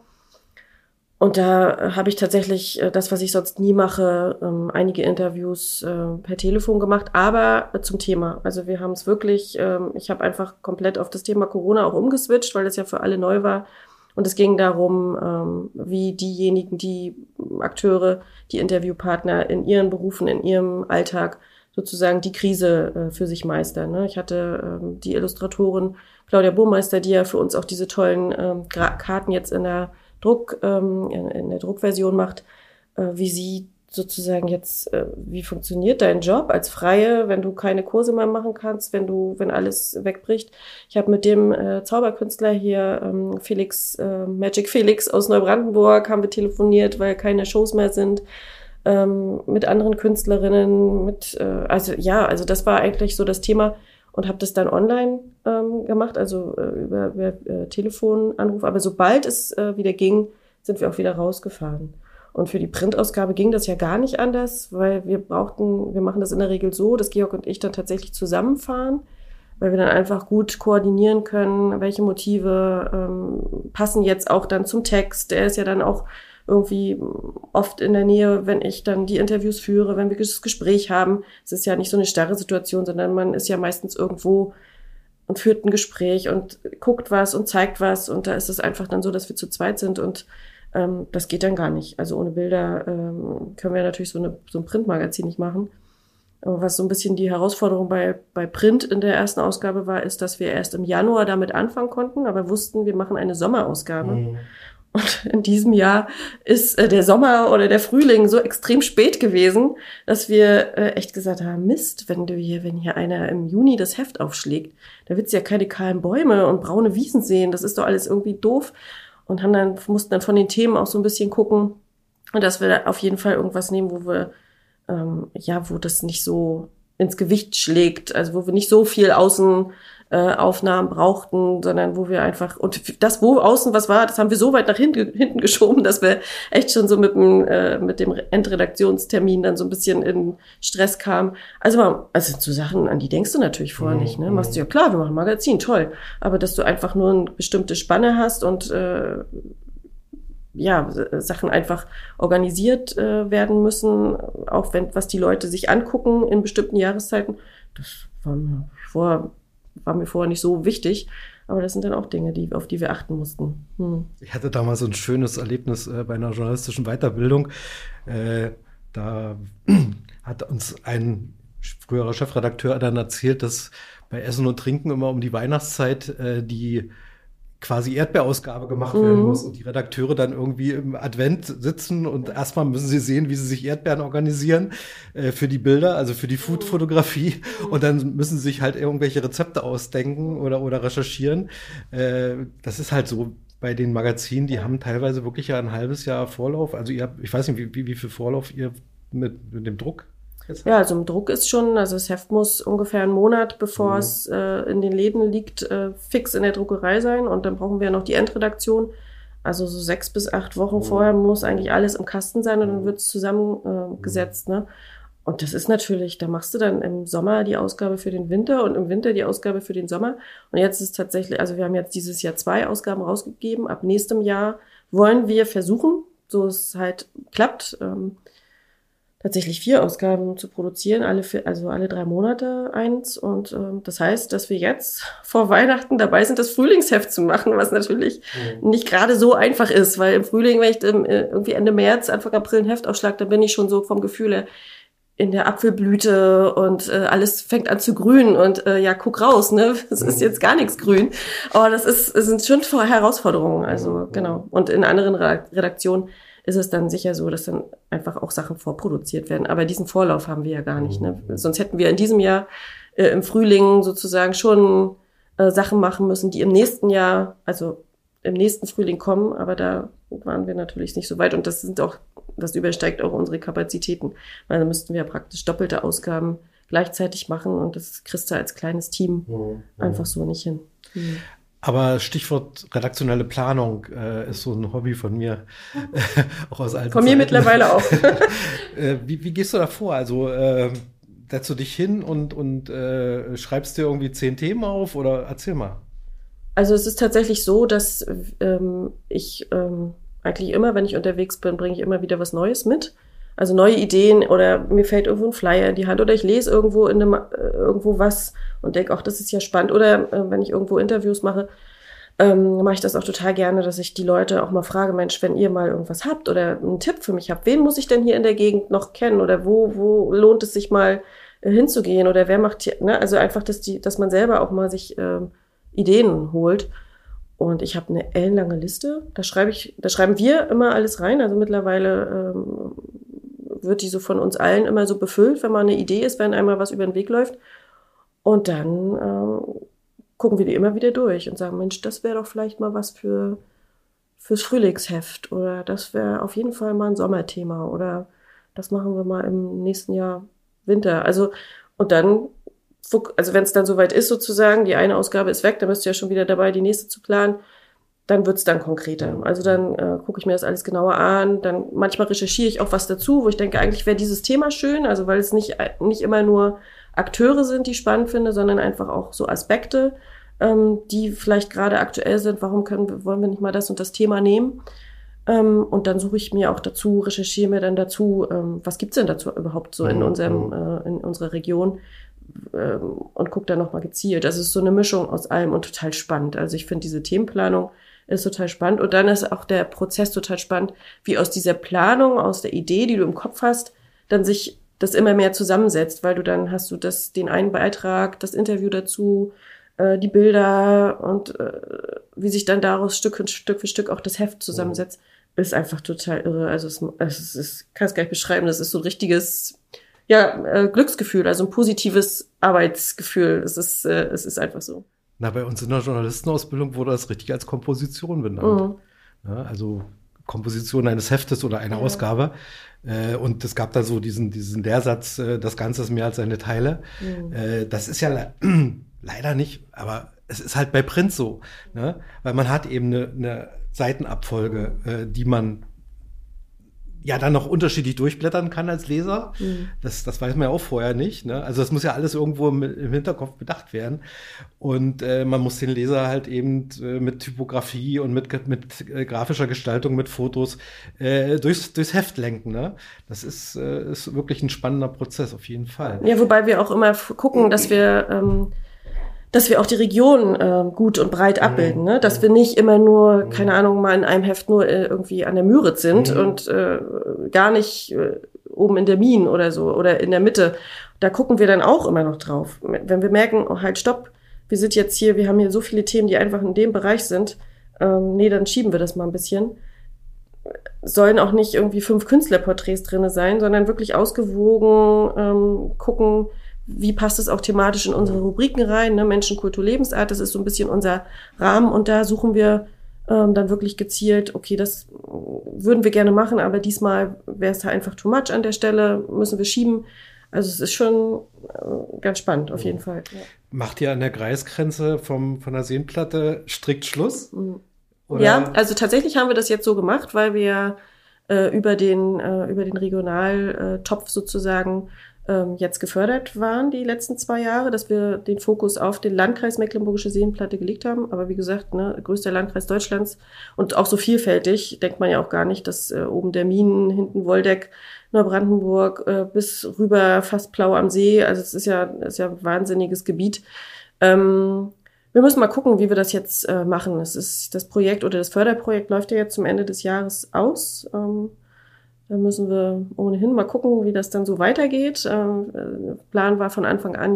Und da habe ich tatsächlich das, was ich sonst nie mache, einige Interviews per Telefon gemacht, aber zum Thema. Also wir haben es wirklich, ich habe einfach komplett auf das Thema Corona auch umgeswitcht, weil es ja für alle neu war. Und es ging darum, wie diejenigen, die Akteure, die Interviewpartner in ihren Berufen, in ihrem Alltag sozusagen die Krise für sich meistern. Ne? Ich hatte die Illustratorin Claudia Burmeister, die ja für uns auch diese tollen Karten jetzt in der Druckversion macht, wie sie sozusagen jetzt, wie funktioniert dein Job als Freie, wenn du keine Kurse mehr machen kannst, wenn alles wegbricht. Ich habe mit dem Zauberkünstler hier, Felix, Magic Felix aus Neubrandenburg, haben wir telefoniert, weil keine Shows mehr sind, mit anderen Künstlerinnen, also das war eigentlich so das Thema. Und habe das dann online gemacht, also über Telefonanruf. Aber sobald es wieder ging, sind wir auch wieder rausgefahren. Und für die Printausgabe ging das ja gar nicht anders, weil wir machen das in der Regel so, dass Georg und ich dann tatsächlich zusammenfahren, weil wir dann einfach gut koordinieren können, welche Motive passen jetzt auch dann zum Text. Der ist ja dann auch irgendwie oft in der Nähe, wenn ich dann die Interviews führe, wenn wir das Gespräch haben. Es ist ja nicht so eine starre Situation, sondern man ist ja meistens irgendwo und führt ein Gespräch und guckt was und zeigt was. Und da ist es einfach dann so, dass wir zu zweit sind und das geht dann gar nicht. Also ohne Bilder können wir natürlich so ein Printmagazin nicht machen. Aber was so ein bisschen die Herausforderung bei Print in der ersten Ausgabe war, ist, dass wir erst im Januar damit anfangen konnten, aber wussten, wir machen eine Sommerausgabe. Mhm. Und in diesem Jahr ist der Sommer oder der Frühling so extrem spät gewesen, dass wir echt gesagt haben, Mist, wenn hier einer im Juni das Heft aufschlägt, da wird's ja keine kahlen Bäume und braune Wiesen sehen, das ist doch alles irgendwie doof. Und mussten dann von den Themen auch so ein bisschen gucken, dass wir da auf jeden Fall irgendwas nehmen, wo wir, wo das nicht so ins Gewicht schlägt, also wo wir nicht so viel Außenaufnahmen brauchten, sondern wo wir einfach, und das, wo außen was war, das haben wir so weit nach hinten geschoben, dass wir echt schon so mit dem Endredaktionstermin dann so ein bisschen in Stress kamen. Also so Sachen, an die denkst du natürlich vorher nicht, ne? Machst du ja klar, wir machen ein Magazin, toll. Aber dass du einfach nur eine bestimmte Spanne hast und Sachen einfach organisiert werden müssen, auch was die Leute sich angucken in bestimmten Jahreszeiten, das war mir vorher nicht so wichtig, aber das sind dann auch Dinge, auf die wir achten mussten. Ich hatte damals so ein schönes Erlebnis bei einer journalistischen Weiterbildung. Da hat uns ein früherer Chefredakteur dann erzählt, dass bei Essen und Trinken immer um die Weihnachtszeit die quasi Erdbeerausgabe gemacht werden muss und die Redakteure dann irgendwie im Advent sitzen und erstmal müssen sie sehen, wie sie sich Erdbeeren organisieren für die Bilder, also für die Food-Fotografie und dann müssen sie sich halt irgendwelche Rezepte ausdenken oder recherchieren. Das ist halt so bei den Magazinen, die haben teilweise wirklich ja ein halbes Jahr Vorlauf. Also ich weiß nicht, wie viel Vorlauf ihr mit dem Druck? Ja, also im Druck ist schon, also das Heft muss ungefähr einen Monat, bevor es in den Läden liegt, fix in der Druckerei sein und dann brauchen wir ja noch die Endredaktion. Also so 6 bis 8 Wochen vorher muss eigentlich alles im Kasten sein und dann wird es zusammengesetzt, ne? Und das ist natürlich, da machst du dann im Sommer die Ausgabe für den Winter und im Winter die Ausgabe für den Sommer. Und jetzt ist tatsächlich, also wir haben jetzt dieses Jahr 2 Ausgaben rausgegeben. Ab nächstem Jahr wollen wir versuchen, so es halt klappt, tatsächlich 4 Ausgaben zu produzieren, alle 3 Monate eins. Und das heißt, dass wir jetzt vor Weihnachten dabei sind, das Frühlingsheft zu machen, was natürlich nicht gerade so einfach ist, weil im Frühling, wenn ich irgendwie Ende März, Anfang April ein Heft aufschlage, dann bin ich schon so vom Gefühl her, in der Apfelblüte und alles fängt an zu grünen und ja, guck raus, ne? Es ist jetzt gar nichts grün. Aber es sind schon Herausforderungen, also genau. Und in anderen Redaktionen ist es dann sicher so, dass dann einfach auch Sachen vorproduziert werden. Aber diesen Vorlauf haben wir ja gar nicht, ne? Sonst hätten wir in diesem Jahr im Frühling sozusagen schon Sachen machen müssen, die im nächsten Jahr, also im nächsten Frühling kommen, aber da waren wir natürlich nicht so weit und das übersteigt auch unsere Kapazitäten, weil dann müssten wir praktisch doppelte Ausgaben gleichzeitig machen und das kriegst du als kleines Team einfach so nicht hin. Aber Stichwort redaktionelle Planung ist so ein Hobby von mir, auch aus alten Von mir Zeiten. mittlerweile auch. Wie gehst du da vor? Also setzt du dich hin und schreibst dir irgendwie 10 Themen auf oder erzähl mal. Also es ist tatsächlich so, dass ich eigentlich immer, wenn ich unterwegs bin, bringe ich immer wieder was Neues mit. Also neue Ideen oder mir fällt irgendwo ein Flyer in die Hand oder ich lese irgendwo irgendwo was und denke, auch das ist ja spannend. Oder wenn ich irgendwo Interviews mache, mache ich das auch total gerne, dass ich die Leute auch mal frage, Mensch, wenn ihr mal irgendwas habt oder einen Tipp für mich habt, wen muss ich denn hier in der Gegend noch kennen oder wo lohnt es sich mal hinzugehen oder wer macht hier, ne? Also einfach, dass man selber auch mal sich Ideen holt. Und ich habe eine ellenlange Liste. Da schreiben wir immer alles rein. Also mittlerweile wird die so von uns allen immer so befüllt, wenn mal eine Idee ist, wenn einmal was über den Weg läuft. Und dann gucken wir die immer wieder durch und sagen, Mensch, das wäre doch vielleicht mal was fürs Frühlingsheft oder das wäre auf jeden Fall mal ein Sommerthema oder das machen wir mal im nächsten Jahr Winter. Also und dann, also wenn es dann soweit ist sozusagen, die eine Ausgabe ist weg, dann bist du ja schon wieder dabei, die nächste zu planen, dann wird's dann konkreter. Also dann gucke ich mir das alles genauer an, dann manchmal recherchiere ich auch was dazu, wo ich denke, eigentlich wäre dieses Thema schön, also weil es nicht immer nur Akteure sind, die ich spannend finde, sondern einfach auch so Aspekte, die vielleicht gerade aktuell sind. Warum wollen wir nicht mal das und das Thema nehmen? Und dann suche ich mir auch dazu, recherchiere mir dann dazu, was gibt's denn dazu überhaupt so in unserer Region? Und gucke dann nochmal gezielt. Also es ist so eine Mischung aus allem und total spannend. Also ich finde, diese Themenplanung ist total spannend. Und dann ist auch der Prozess total spannend, wie aus dieser Planung, aus der Idee, die du im Kopf hast, dann sich das immer mehr zusammensetzt, weil dann hast du den einen Beitrag, das Interview dazu, die Bilder und wie sich dann daraus Stück für Stück auch das Heft zusammensetzt, ist einfach total irre. Also es ist, kann es gar nicht beschreiben, das ist so ein richtiges Glücksgefühl, also ein positives Arbeitsgefühl. Es ist einfach so. Na, bei uns in der Journalistenausbildung wurde das richtig als Komposition benannt. Ja, also Komposition eines Heftes oder einer Ausgabe. Und es gab da so diesen Lehrsatz, das Ganze ist mehr als seine Teile. Das ist ja leider nicht, aber es ist halt bei Print so, ne? Weil man hat eben eine Seitenabfolge, die man ja dann noch unterschiedlich durchblättern kann als Leser. Das weiß man ja auch vorher nicht, ne? Also das muss ja alles irgendwo im Hinterkopf bedacht werden. Und man muss den Leser halt eben mit Typografie und mit grafischer Gestaltung, mit Fotos durchs Heft lenken, ne? Das ist wirklich ein spannender Prozess, auf jeden Fall. Ja, wobei wir auch immer gucken, dass wir auch die Region gut und breit abbilden, ne? Dass wir nicht immer nur, keine Ahnung, mal in einem Heft nur irgendwie an der Müritz sind und gar nicht oben in der Mien oder so oder in der Mitte. Da gucken wir dann auch immer noch drauf. Wenn wir merken, oh, halt, stopp, wir haben hier so viele Themen, die einfach in dem Bereich sind, dann schieben wir das mal ein bisschen. Sollen auch nicht irgendwie 5 Künstlerporträts drinne sein, sondern wirklich ausgewogen gucken, wie passt es auch thematisch in unsere Rubriken rein, ne? Menschen, Kultur, Lebensart, das ist so ein bisschen unser Rahmen und da suchen wir dann wirklich gezielt, okay, das würden wir gerne machen, aber diesmal wäre es da einfach too much an der Stelle, müssen wir schieben. Also es ist schon ganz spannend, auf jeden Fall. Ja. Macht ihr an der Kreisgrenze von der Seenplatte strikt Schluss? Oder? Ja, also tatsächlich haben wir das jetzt so gemacht, weil wir über den Regionaltopf sozusagen jetzt gefördert waren die letzten 2 Jahre, dass wir den Fokus auf den Landkreis Mecklenburgische Seenplatte gelegt haben. Aber wie gesagt, ne, größter Landkreis Deutschlands und auch so vielfältig, denkt man ja auch gar nicht, dass oben der Minen, hinten Woldeck, Neubrandenburg bis rüber fast Plau am See, also es ist ja ein wahnsinniges Gebiet. Wir müssen mal gucken, wie wir das jetzt machen. Das Projekt oder das Förderprojekt läuft ja jetzt zum Ende des Jahres aus. Da müssen wir ohnehin mal gucken, wie das dann so weitergeht. Plan war von Anfang an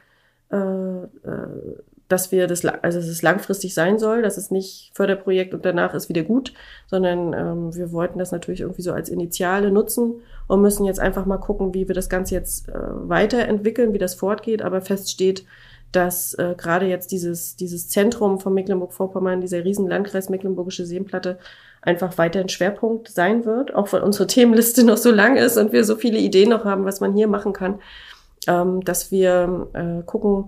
dass dass es langfristig sein soll, dass es nicht Förderprojekt und danach ist wieder gut, sondern wir wollten das natürlich irgendwie so als Initiale nutzen und müssen jetzt einfach mal gucken, wie wir das Ganze jetzt weiterentwickeln, wie das fortgeht. Aber fest steht, dass gerade jetzt dieses Zentrum von Mecklenburg-Vorpommern, dieser riesen Landkreis Mecklenburgische Seenplatte, einfach weiter ein Schwerpunkt sein wird, auch weil unsere Themenliste noch so lang ist und wir so viele Ideen noch haben, was man hier machen kann, dass wir gucken,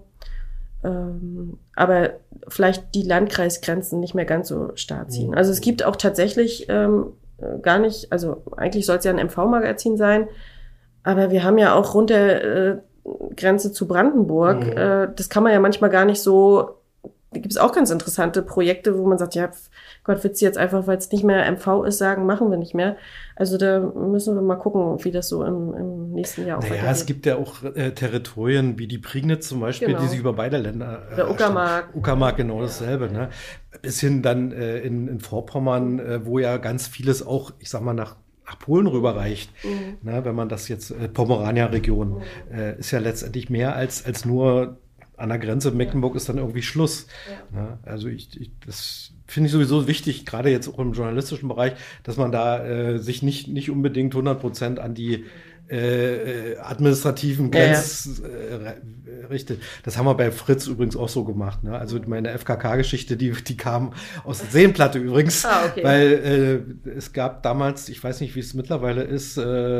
aber vielleicht die Landkreisgrenzen nicht mehr ganz so stark ziehen. Also es gibt auch tatsächlich gar nicht, also eigentlich soll es ja ein MV-Magazin sein, aber wir haben ja auch runter Grenze zu Brandenburg. Das kann man ja manchmal gar nicht so. Da gibt es auch ganz interessante Projekte, wo man sagt, ja, Gott, willst du jetzt einfach, weil es nicht mehr MV ist, sagen, machen wir nicht mehr. Also da müssen wir mal gucken, wie das so im nächsten Jahr auch weitergeht. Ja, es gibt ja auch Territorien wie die Prignitz zum Beispiel, die sich über beide Länder der Uckermark. Uckermark, genau dasselbe. Ne? Bis hin dann in Vorpommern, wo ja ganz vieles auch, ich sag mal, nach Polen rüberreicht. Ne? Wenn man das jetzt, Pomerania-Region, ist ja letztendlich mehr als nur an der Grenze Mecklenburg ist dann irgendwie Schluss. Ja. Ne? Also das finde ich sowieso wichtig, gerade jetzt auch im journalistischen Bereich, dass man da sich nicht unbedingt 100% an die administrativen Grenzen richtet. Das haben wir bei Fritz übrigens auch so gemacht. Ne? Also meine FKK-Geschichte, die kam aus der Seenplatte übrigens, weil es gab damals, ich weiß nicht, wie es mittlerweile ist,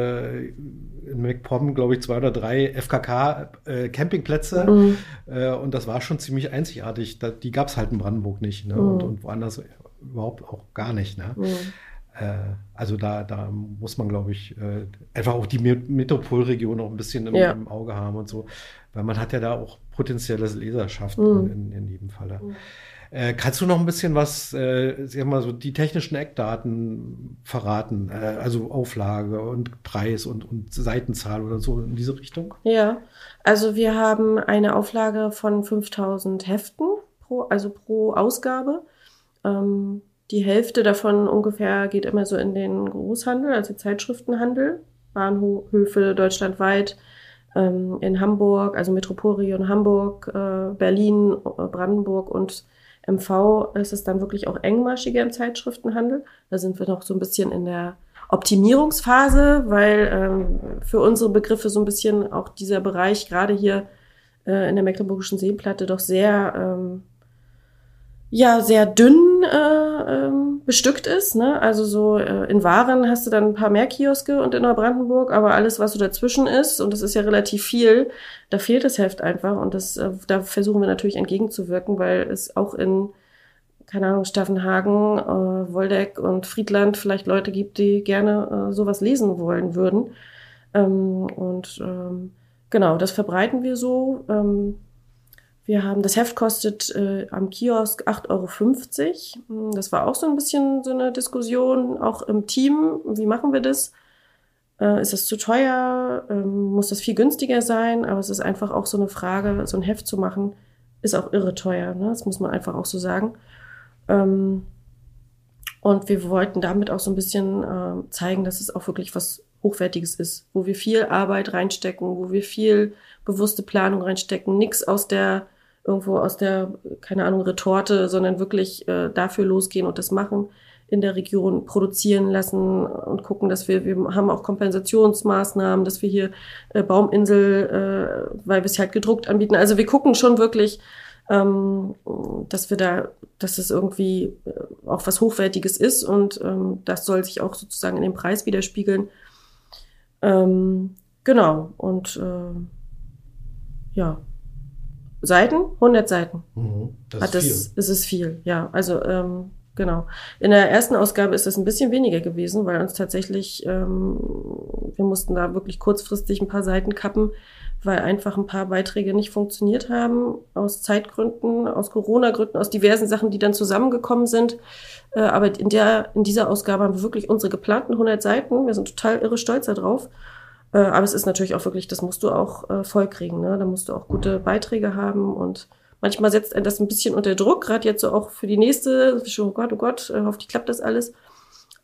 in MacPom, glaube ich, 2 oder 3 FKK-Campingplätze und das war schon ziemlich einzigartig. Die gab es halt in Brandenburg nicht, ne? Und woanders überhaupt auch gar nicht. Ne? Also da muss man, glaube ich, einfach auch die Metropolregion auch ein bisschen im Auge haben und so, weil man hat ja da auch potenzielles Leserschaft in jedem Falle. Kannst du noch ein bisschen was, sag mal so die technischen Eckdaten verraten, also Auflage und Preis und Seitenzahl oder so in diese Richtung? Ja, also wir haben eine Auflage von 5.000 Heften pro Ausgabe. Die Hälfte davon ungefähr geht immer so in den Großhandel, also Zeitschriftenhandel, Bahnhöfe deutschlandweit, in Hamburg, also Metropolregion Hamburg, Berlin, Brandenburg und MV ist es dann wirklich auch engmaschiger im Zeitschriftenhandel. Da sind wir noch so ein bisschen in der Optimierungsphase, weil für unsere Begriffe so ein bisschen auch dieser Bereich gerade hier in der Mecklenburgischen Seenplatte doch sehr dünn bestückt ist. Ne? Also so in Waren hast du dann ein paar mehr Kioske und in Neubrandenburg, aber alles, was so dazwischen ist, und das ist ja relativ viel, da fehlt das Heft einfach und da versuchen wir natürlich entgegenzuwirken, weil es auch in, keine Ahnung, Staffenhagen, Woldeck und Friedland vielleicht Leute gibt, die gerne sowas lesen wollen würden. Genau, das verbreiten wir so. Das Heft kostet am Kiosk 8,50 €. Das war auch so ein bisschen so eine Diskussion, auch im Team. Wie machen wir das? Ist das zu teuer? Muss das viel günstiger sein? Aber es ist einfach auch so eine Frage, so ein Heft zu machen, ist auch irre teuer. Ne? Das muss man einfach auch so sagen. Und wir wollten damit auch so ein bisschen zeigen, dass es auch wirklich was Hochwertiges ist, wo wir viel Arbeit reinstecken, wo wir viel bewusste Planung reinstecken, nichts irgendwo aus der, keine Ahnung, Retorte, sondern wirklich dafür losgehen und das machen, in der Region produzieren lassen und gucken, dass wir haben auch Kompensationsmaßnahmen, dass wir hier Bauminsel, weil wir es halt gedruckt anbieten. Also wir gucken schon wirklich, dass es irgendwie auch was Hochwertiges ist und das soll sich auch sozusagen in dem Preis widerspiegeln. Genau, und Seiten, 100 Seiten. Das ist viel, ja. Also, genau. In der ersten Ausgabe ist es ein bisschen weniger gewesen, weil uns tatsächlich, wir mussten da wirklich kurzfristig ein paar Seiten kappen, weil einfach ein paar Beiträge nicht funktioniert haben, aus Zeitgründen, aus Corona-Gründen, aus diversen Sachen, die dann zusammengekommen sind. Aber in dieser Ausgabe haben wir wirklich unsere geplanten 100 Seiten. Wir sind total irre stolz darauf. Aber es ist natürlich auch wirklich, das musst du auch voll kriegen, ne? Da musst du auch gute Beiträge haben und manchmal setzt einen das ein bisschen unter Druck, gerade jetzt so auch für die nächste, oh Gott, hoffentlich klappt das alles.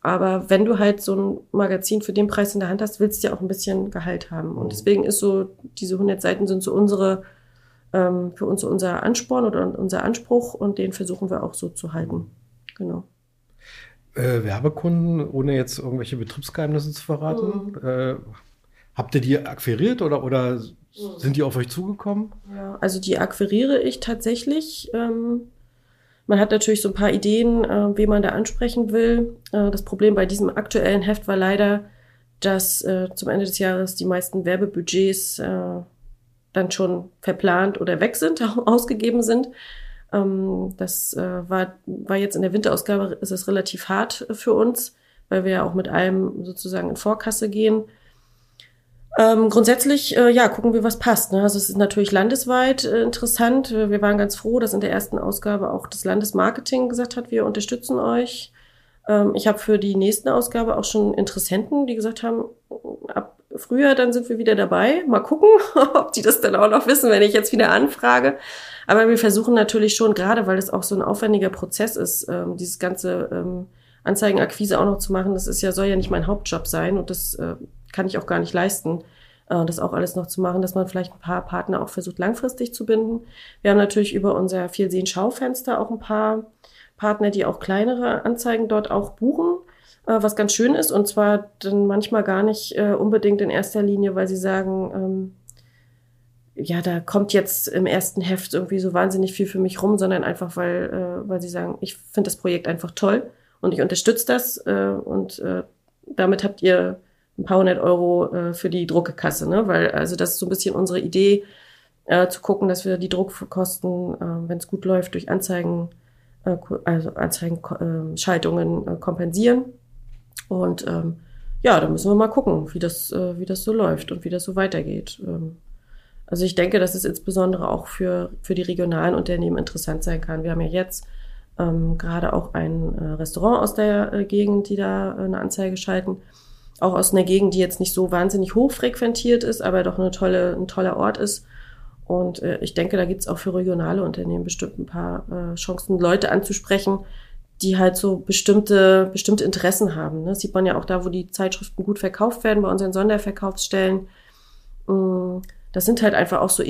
Aber wenn du halt so ein Magazin für den Preis in der Hand hast, willst du ja auch ein bisschen Gehalt haben. Und deswegen ist so, diese 100 Seiten sind so für uns so unser Ansporn oder unser Anspruch und den versuchen wir auch so zu halten. Genau. Werbekunden, ohne jetzt irgendwelche Betriebsgeheimnisse zu verraten, habt ihr die akquiriert oder sind die auf euch zugekommen? Ja, also die akquiriere ich tatsächlich. Man hat natürlich so ein paar Ideen, wen man da ansprechen will. Das Problem bei diesem aktuellen Heft war leider, dass zum Ende des Jahres die meisten Werbebudgets dann schon verplant oder weg sind, ausgegeben sind. Das war jetzt in der Winterausgabe, ist es relativ hart für uns, weil wir ja auch mit allem sozusagen in Vorkasse gehen. Grundsätzlich, gucken wir, was passt. Ne? Also es ist natürlich landesweit interessant. Wir waren ganz froh, dass in der ersten Ausgabe auch das Landesmarketing gesagt hat, wir unterstützen euch. Ich habe für die nächste Ausgabe auch schon Interessenten, die gesagt haben, ab Frühjahr, dann sind wir wieder dabei. Mal gucken, ob die das dann auch noch wissen, wenn ich jetzt wieder anfrage. Aber wir versuchen natürlich schon, gerade weil es auch so ein aufwendiger Prozess ist, dieses ganze Anzeigenakquise auch noch zu machen. Soll ja nicht mein Hauptjob sein und das kann ich auch gar nicht leisten, das auch alles noch zu machen, dass man vielleicht ein paar Partner auch versucht, langfristig zu binden. Wir haben natürlich über unser Vielsehen-Schaufenster auch ein paar Partner, die auch kleinere Anzeigen dort auch buchen, was ganz schön ist. Und zwar dann manchmal gar nicht unbedingt in erster Linie, weil sie sagen, da kommt jetzt im ersten Heft irgendwie so wahnsinnig viel für mich rum, sondern einfach, weil sie sagen, ich finde das Projekt einfach toll und ich unterstütze das und damit habt ihr ein paar hundert Euro für die Druckekasse, ne? Weil, also das ist so ein bisschen unsere Idee, zu gucken, dass wir die Druckkosten, wenn es gut läuft, durch Anzeigenschaltungen kompensieren. Und da müssen wir mal gucken, wie das so läuft und wie das so weitergeht. Also ich denke, dass es insbesondere auch für die regionalen Unternehmen interessant sein kann. Wir haben ja jetzt gerade auch ein Restaurant aus der Gegend, die da eine Anzeige schalten. Auch aus einer Gegend, die jetzt nicht so wahnsinnig hoch frequentiert ist, aber doch ein toller Ort ist. Und ich denke, da gibt's auch für regionale Unternehmen bestimmt ein paar Chancen, Leute anzusprechen, die halt so bestimmte Interessen haben. Ne? Das sieht man ja auch da, wo die Zeitschriften gut verkauft werden, bei unseren Sonderverkaufsstellen. Das sind halt einfach auch so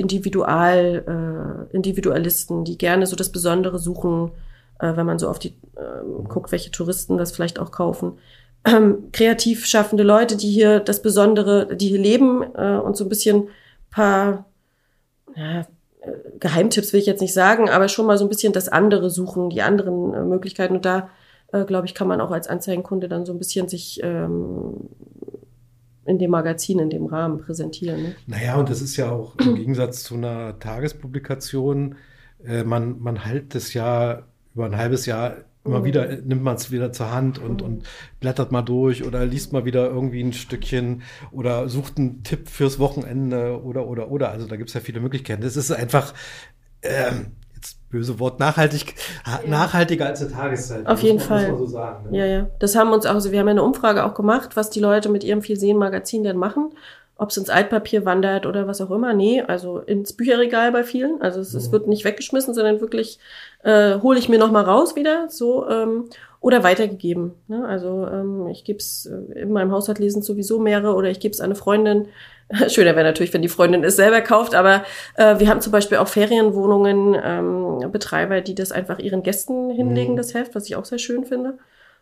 Individualisten, die gerne so das Besondere suchen, wenn man so auf die guckt, welche Touristen das vielleicht auch kaufen. Kreativ schaffende Leute, die hier das Besondere, die hier leben und so ein bisschen paar Geheimtipps will ich jetzt nicht sagen, aber schon mal so ein bisschen das andere suchen, die anderen Möglichkeiten. Und da, glaube ich, kann man auch als Anzeigenkunde dann so ein bisschen sich in dem Magazin, in dem Rahmen präsentieren. Ne? Naja, und das ist ja auch im Gegensatz zu einer Tagespublikation, man hält das ja über ein halbes Jahr immer wieder, nimmt man es wieder zur Hand und blättert mal durch oder liest mal wieder irgendwie ein Stückchen oder sucht einen Tipp fürs Wochenende oder. Also da gibt es ja viele Möglichkeiten. Das ist einfach, jetzt böse Wort, nachhaltiger als eine Tageszeit. Auf jeden Fall. Muss man so sagen, ne? Ja. Das haben uns auch, also wir haben ja eine Umfrage auch gemacht, was die Leute mit ihrem Vielsehen-Magazin denn machen. Ob es ins Altpapier wandert oder was auch immer. Nee, also ins Bücherregal bei vielen. Also es wird nicht weggeschmissen, sondern wirklich hole ich mir noch mal raus wieder. So oder weitergegeben. Ne? Also ich gebe es, in meinem Haushalt lesen sowieso mehrere oder ich gebe es an eine Freundin. Schöner wäre natürlich, wenn die Freundin es selber kauft, aber wir haben zum Beispiel auch Ferienwohnungen, Betreiber, die das einfach ihren Gästen hinlegen, das Heft, was ich auch sehr schön finde.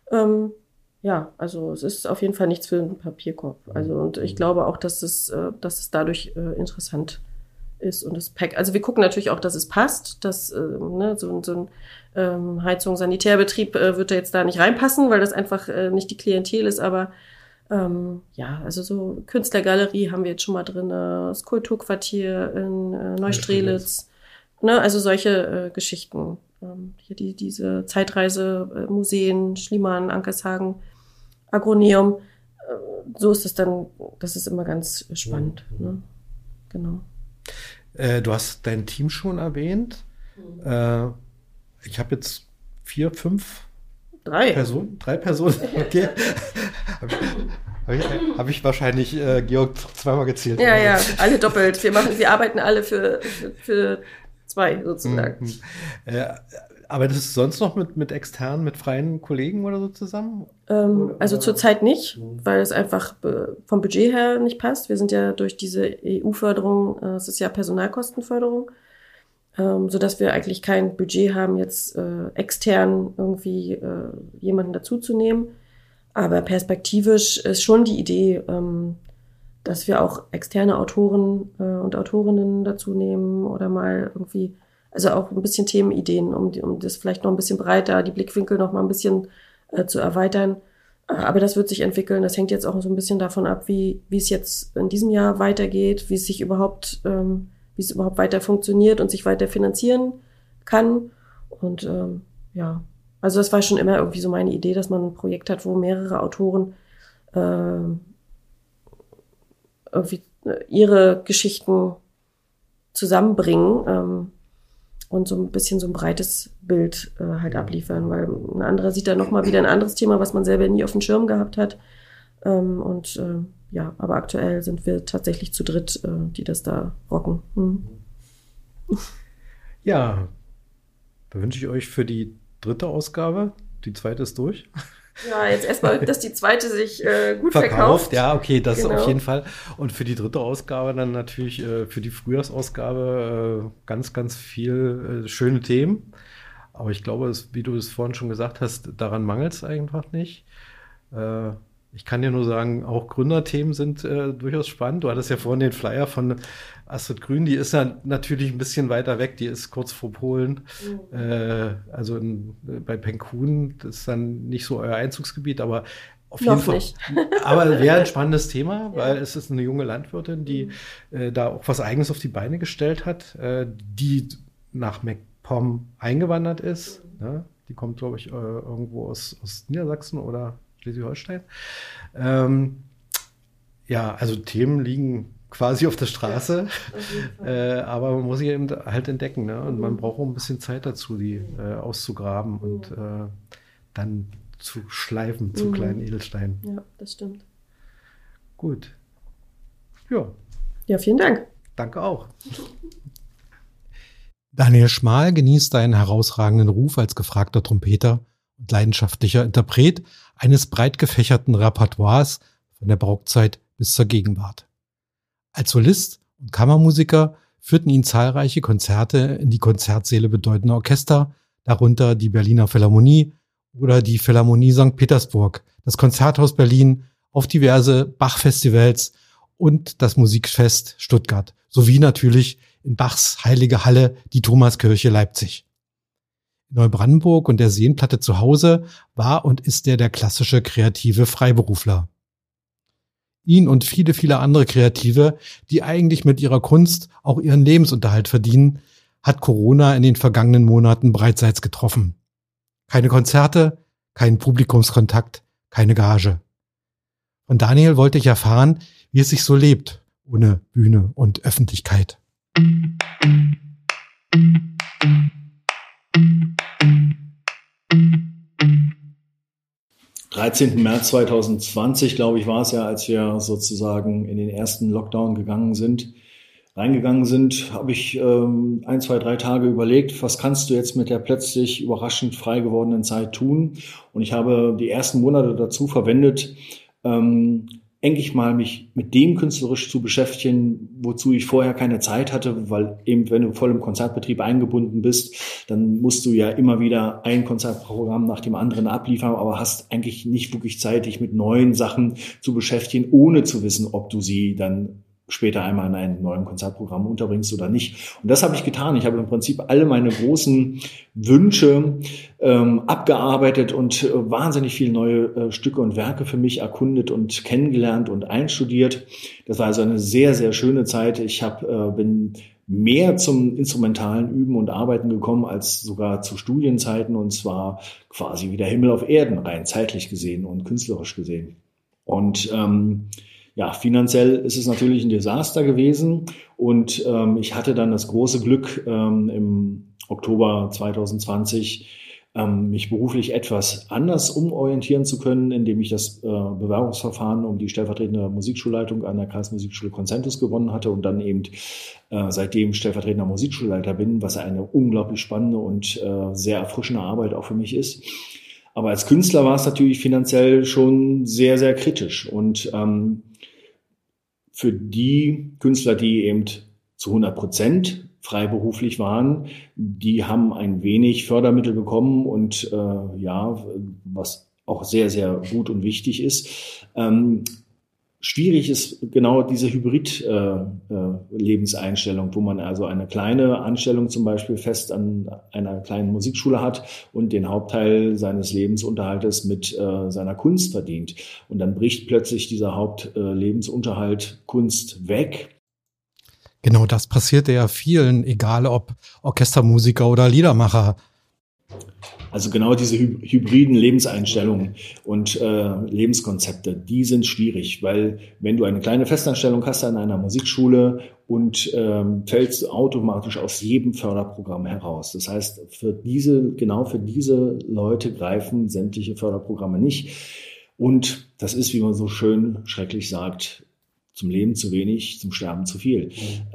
Also es ist auf jeden Fall nichts für einen Papierkorb. Also und ich glaube auch, dass es dadurch interessant ist und das Pack. Also wir gucken natürlich auch, dass es passt, dass so ein Heizung-Sanitärbetrieb wird da jetzt da nicht reinpassen, weil das einfach nicht die Klientel ist. Aber also so Künstlergalerie haben wir jetzt schon mal drin, das Kulturquartier in Neustrelitz. Ne, also solche Geschichten. Hier diese Zeitreisemuseen, Schliemann, Ankershagen, Agroneum, so ist es dann, das ist immer ganz spannend. Ne? Genau. Du hast dein Team schon erwähnt. Ich habe jetzt 3 Personen. Okay. Habe ich wahrscheinlich Georg zweimal gezählt. Ja, alle doppelt. Wir arbeiten alle für 2 sozusagen. Aber das ist sonst noch mit externen, mit freien Kollegen oder so zusammen? Also zurzeit nicht, weil es einfach vom Budget her nicht passt. Wir sind ja durch diese EU-Förderung, es ist ja Personalkostenförderung, sodass wir eigentlich kein Budget haben, jetzt extern irgendwie jemanden dazuzunehmen. Aber perspektivisch ist schon die Idee, dass wir auch externe Autoren und Autorinnen dazu nehmen oder mal irgendwie, also auch ein bisschen Themenideen, um das vielleicht noch ein bisschen breiter, die Blickwinkel noch mal ein bisschen zu erweitern. Aber das wird sich entwickeln. Das hängt jetzt auch so ein bisschen davon ab, wie es jetzt in diesem Jahr weitergeht, wie es überhaupt weiter funktioniert und sich weiter finanzieren kann. Und ja, also das war schon immer irgendwie so meine Idee, dass man ein Projekt hat, wo mehrere Autoren irgendwie ihre Geschichten zusammenbringen und so ein bisschen so ein breites Bild halt abliefern, weil ein anderer sieht dann nochmal wieder ein anderes Thema, was man selber nie auf dem Schirm gehabt hat. Ja, aber aktuell sind wir tatsächlich zu dritt, die das da rocken. Ja, da wünsche ich euch für die 3. Ausgabe, die 2. ist durch. Ja, jetzt erstmal, dass die 2. sich gut verkauft. Ja, okay, das Genau. Auf jeden Fall. Und für die 3. Ausgabe dann natürlich für die Frühjahrsausgabe ganz, ganz viel schöne Themen. Aber ich glaube, wie du es vorhin schon gesagt hast, daran mangelt es einfach nicht. Ich kann dir nur sagen, auch Gründerthemen sind durchaus spannend. Du hattest ja vorhin den Flyer von Astrid Grün, die ist ja natürlich ein bisschen weiter weg, die ist kurz vor Polen. Also bei Penkun, das ist dann nicht so euer Einzugsgebiet, aber auf jeden Fall. Nicht. Aber wäre ein spannendes Thema, weil es ist eine junge Landwirtin, die da auch was Eigenes auf die Beine gestellt hat, die nach MacPom eingewandert ist. Ne? Die kommt, glaube ich, irgendwo aus Niedersachsen oder Schleswig-Holstein. Ja, also Themen liegen quasi auf der Straße, aber man muss sie eben halt entdecken, ne? Und man braucht auch ein bisschen Zeit dazu, die auszugraben und dann zu schleifen zu kleinen Edelsteinen. Ja, das stimmt. Gut. Ja. Ja, vielen Dank. Danke auch. Daniel Schmal genießt einen herausragenden Ruf als gefragter Trompeter und leidenschaftlicher Interpret eines breit gefächerten Repertoires von der Barockzeit bis zur Gegenwart. Als Solist und Kammermusiker führten ihn zahlreiche Konzerte in die Konzertsäle bedeutender Orchester, darunter die Berliner Philharmonie oder die Philharmonie St. Petersburg, das Konzerthaus Berlin, auf diverse Bach-Festivals und das Musikfest Stuttgart, sowie natürlich in Bachs heilige Halle, die Thomaskirche Leipzig. In Neubrandenburg und der Seenplatte zu Hause war und ist er der klassische kreative Freiberufler. Ihn und viele, viele andere Kreative, die eigentlich mit ihrer Kunst auch ihren Lebensunterhalt verdienen, hat Corona in den vergangenen Monaten breitseits getroffen. Keine Konzerte, kein Publikumskontakt, keine Gage. Von Daniel wollte ich erfahren, wie es sich so lebt, ohne Bühne und Öffentlichkeit. 13. März 2020, glaube ich, war es ja, als wir sozusagen in den ersten Lockdown reingegangen sind, habe ich 1, 2, 3 Tage überlegt, was kannst du jetzt mit der plötzlich überraschend frei gewordenen Zeit tun? Und ich habe die ersten Monate dazu verwendet, endlich mal mich mit dem künstlerisch zu beschäftigen, wozu ich vorher keine Zeit hatte, weil eben, wenn du voll im Konzertbetrieb eingebunden bist, dann musst du ja immer wieder ein Konzertprogramm nach dem anderen abliefern, aber hast eigentlich nicht wirklich Zeit, dich mit neuen Sachen zu beschäftigen, ohne zu wissen, ob du sie dann später einmal in einem neuen Konzertprogramm unterbringst oder nicht. Und das habe ich getan. Ich habe im Prinzip alle meine großen Wünsche abgearbeitet und wahnsinnig viele neue Stücke und Werke für mich erkundet und kennengelernt und einstudiert. Das war also eine sehr, sehr schöne Zeit. Ich bin mehr zum instrumentalen Üben und Arbeiten gekommen als sogar zu Studienzeiten, und zwar quasi wie der Himmel auf Erden, rein zeitlich gesehen und künstlerisch gesehen. Und ja, finanziell ist es natürlich ein Desaster gewesen, und ich hatte dann das große Glück, im Oktober 2020 mich beruflich etwas anders umorientieren zu können, indem ich das Bewerbungsverfahren um die stellvertretende Musikschulleitung an der Kreismusikschule Concentus gewonnen hatte und dann eben seitdem stellvertretender Musikschulleiter bin, was eine unglaublich spannende und sehr erfrischende Arbeit auch für mich ist. Aber als Künstler war es natürlich finanziell schon sehr, sehr kritisch. Und für die Künstler, die eben zu 100% freiberuflich waren, die haben ein wenig Fördermittel bekommen und was auch sehr, sehr gut und wichtig ist. Schwierig ist genau diese Hybrid-Lebenseinstellung, wo man also eine kleine Anstellung zum Beispiel fest an einer kleinen Musikschule hat und den Hauptteil seines Lebensunterhaltes mit seiner Kunst verdient. Und dann bricht plötzlich dieser Hauptlebensunterhalt Kunst weg. Genau, das passierte ja vielen, egal ob Orchestermusiker oder Liedermacher. Also genau diese hybriden Lebenseinstellungen und Lebenskonzepte, die sind schwierig, weil wenn du eine kleine Festanstellung hast an einer Musikschule und fällst automatisch aus jedem Förderprogramm heraus. Das heißt, für diese Leute greifen sämtliche Förderprogramme nicht. Und das ist, wie man so schön schrecklich sagt, zum Leben zu wenig, zum Sterben zu viel.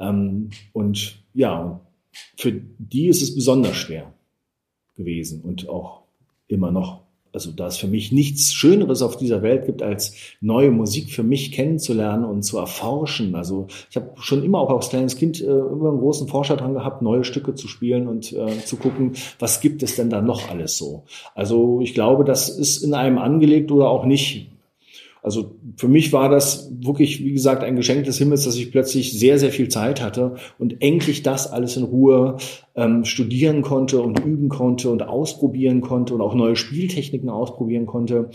Und ja, für die ist es besonders schwer gewesen und auch immer noch. Also da es für mich nichts Schöneres auf dieser Welt gibt, als neue Musik für mich kennenzulernen und zu erforschen. Also ich habe schon immer auch als kleines Kind immer einen großen Forscher dran gehabt, neue Stücke zu spielen und zu gucken, was gibt es denn da noch alles so. Also ich glaube, das ist in einem angelegt oder auch nicht. Also für mich war das wirklich, wie gesagt, ein Geschenk des Himmels, dass ich plötzlich sehr, sehr viel Zeit hatte und endlich das alles in Ruhe studieren konnte und üben konnte und ausprobieren konnte und auch neue Spieltechniken ausprobieren konnte.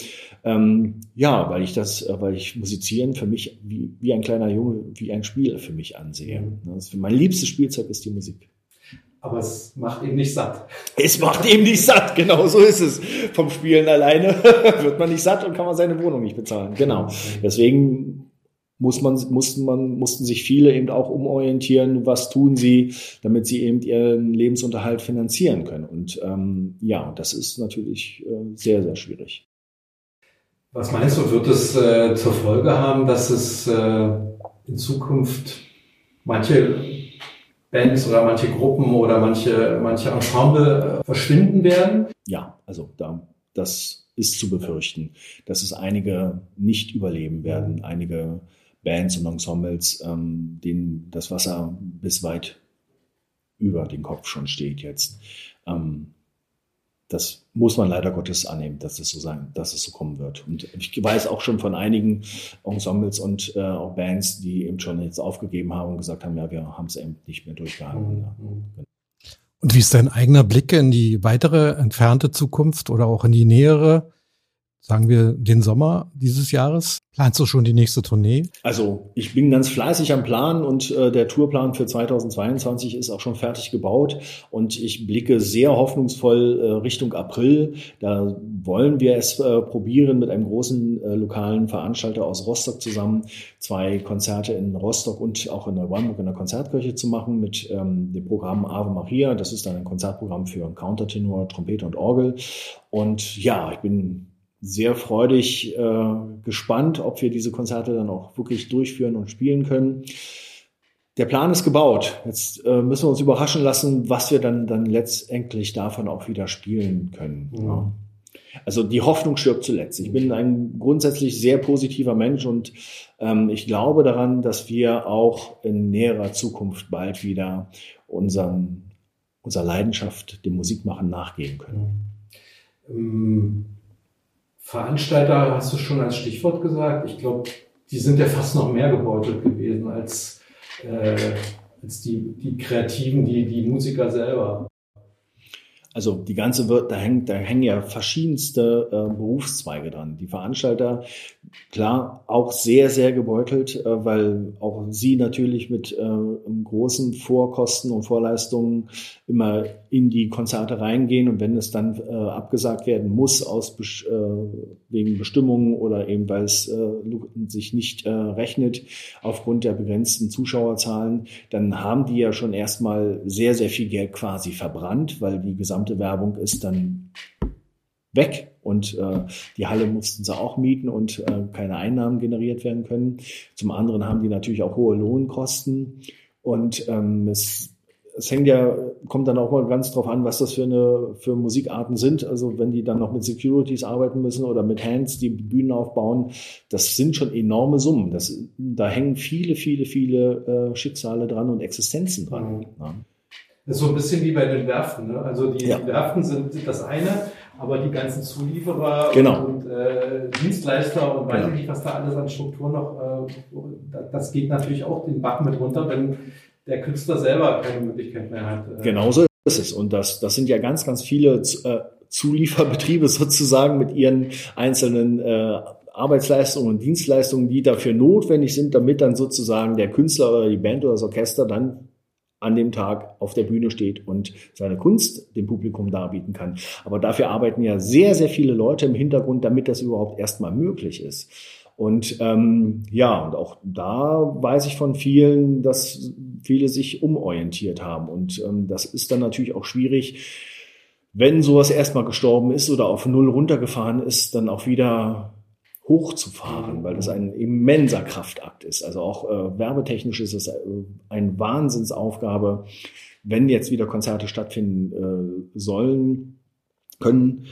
Weil ich Musizieren für mich wie ein kleiner Junge, wie ein Spiel für mich ansehe. Mein liebstes Spielzeug ist die Musik. Aber es macht eben nicht satt. Es macht eben nicht satt, genau so ist es. Vom Spielen alleine wird man nicht satt und kann man seine Wohnung nicht bezahlen. Genau. Deswegen mussten sich viele eben auch umorientieren, was tun sie, damit sie eben ihren Lebensunterhalt finanzieren können. Und das ist natürlich sehr, sehr schwierig. Was meinst du, wird es zur Folge haben, dass es in Zukunft manche Bands oder manche Gruppen oder manche Ensemble verschwinden werden? Ja, also das ist zu befürchten, dass es einige nicht überleben werden, einige Bands und Ensembles, denen das Wasser bis weit über den Kopf schon steht jetzt. Das muss man leider Gottes annehmen, dass es so kommen wird. Und ich weiß auch schon von einigen Ensembles und auch Bands, die eben schon jetzt aufgegeben haben und gesagt haben, ja, wir haben es eben nicht mehr durchgehalten. Und wie ist dein eigener Blick in die weitere entfernte Zukunft oder auch in die nähere, sagen wir den Sommer dieses Jahres? Planst du schon die nächste Tournee? Also ich bin ganz fleißig am Plan und der Tourplan für 2022 ist auch schon fertig gebaut und ich blicke sehr hoffnungsvoll Richtung April. Da wollen wir es probieren, mit einem großen lokalen Veranstalter aus Rostock zusammen 2 Konzerte in Rostock und auch in Neuburg in der Konzertkirche zu machen mit dem Programm Ave Maria. Das ist dann ein Konzertprogramm für Countertenor, Trompete und Orgel. Und ja, ich bin sehr freudig gespannt, ob wir diese Konzerte dann auch wirklich durchführen und spielen können. Der Plan ist gebaut. Jetzt müssen wir uns überraschen lassen, was wir dann letztendlich davon auch wieder spielen können. Mhm. Ja. Also die Hoffnung stirbt zuletzt. Ich bin ein grundsätzlich sehr positiver Mensch und ich glaube daran, dass wir auch in näherer Zukunft bald wieder unserer Leidenschaft, dem Musikmachen, nachgehen können. Veranstalter hast du schon als Stichwort gesagt. Ich glaube, die sind ja fast noch mehr gebeutelt gewesen als die Kreativen, die Musiker selber. Also da hängen ja verschiedenste Berufszweige dran. Die Veranstalter, klar, auch sehr, sehr gebeutelt, weil auch sie natürlich mit großen Vorkosten und Vorleistungen immer in die Konzerte reingehen. Und wenn es dann abgesagt werden muss wegen Bestimmungen oder eben weil es sich nicht rechnet aufgrund der begrenzten Zuschauerzahlen, dann haben die ja schon erstmal sehr, sehr viel Geld quasi verbrannt, weil die gesamte Werbung ist dann weg und die Halle mussten sie auch mieten und keine Einnahmen generiert werden können. Zum anderen haben die natürlich auch hohe Lohnkosten und es es kommt dann auch mal ganz drauf an, was das für Musikarten sind. Also wenn die dann noch mit Securities arbeiten müssen oder mit Hands, die Bühnen aufbauen, das sind schon enorme Summen. Da hängen viele Schicksale dran und Existenzen dran. Mhm. Ja. Das ist so ein bisschen wie bei den Werften, ne? Also die Werften sind das eine, aber die ganzen Zulieferer und Dienstleister und weiß ich nicht, was da alles an Strukturen noch, das geht natürlich auch den Bach mit runter, wenn der Künstler selber keine Möglichkeit mehr hat. Genauso ist es. Und das sind ja ganz viele Zulieferbetriebe sozusagen mit ihren einzelnen Arbeitsleistungen und Dienstleistungen, die dafür notwendig sind, damit dann sozusagen der Künstler oder die Band oder das Orchester dann an dem Tag auf der Bühne steht und seine Kunst dem Publikum darbieten kann. Aber dafür arbeiten ja sehr viele Leute im Hintergrund, damit das überhaupt erstmal möglich ist. Und und auch da weiß ich von vielen, dass viele sich umorientiert haben. Und das ist dann natürlich auch schwierig, wenn sowas erstmal gestorben ist oder auf Null runtergefahren ist, dann auch wieder hochzufahren, weil das ein immenser Kraftakt ist. Also auch werbetechnisch ist es eine Wahnsinnsaufgabe, wenn jetzt wieder Konzerte stattfinden können,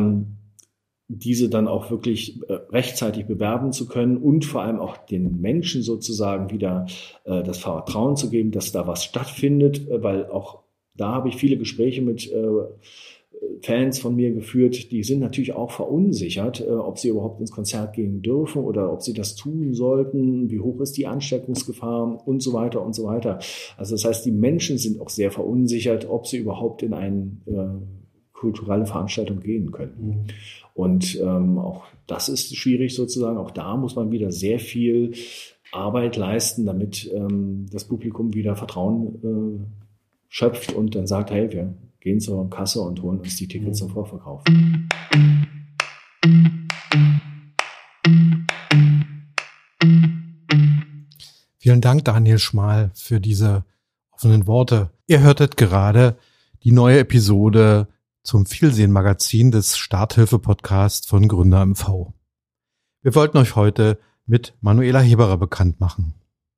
diese dann auch wirklich rechtzeitig bewerben zu können und vor allem auch den Menschen sozusagen wieder das Vertrauen zu geben, dass da was stattfindet, weil auch da habe ich viele Gespräche mit Fans von mir geführt, die sind natürlich auch verunsichert, ob sie überhaupt ins Konzert gehen dürfen oder ob sie das tun sollten, wie hoch ist die Ansteckungsgefahr und so weiter und so weiter. Also das heißt, die Menschen sind auch sehr verunsichert, ob sie überhaupt in eine kulturelle Veranstaltung gehen können. Mhm. Und auch das ist schwierig sozusagen. Auch da muss man wieder sehr viel Arbeit leisten, damit das Publikum wieder Vertrauen schöpft und dann sagt, hey, wir gehen zur Kasse und holen uns die Tickets zum Vorverkauf. Vielen Dank, Daniel Schmal, für diese offenen Worte. Ihr hörtet gerade die neue Episode zum Vielsehen-Magazin des Starthilfe-Podcasts von Gründer MV. Wir wollten euch heute mit Manuela Heberer bekannt machen.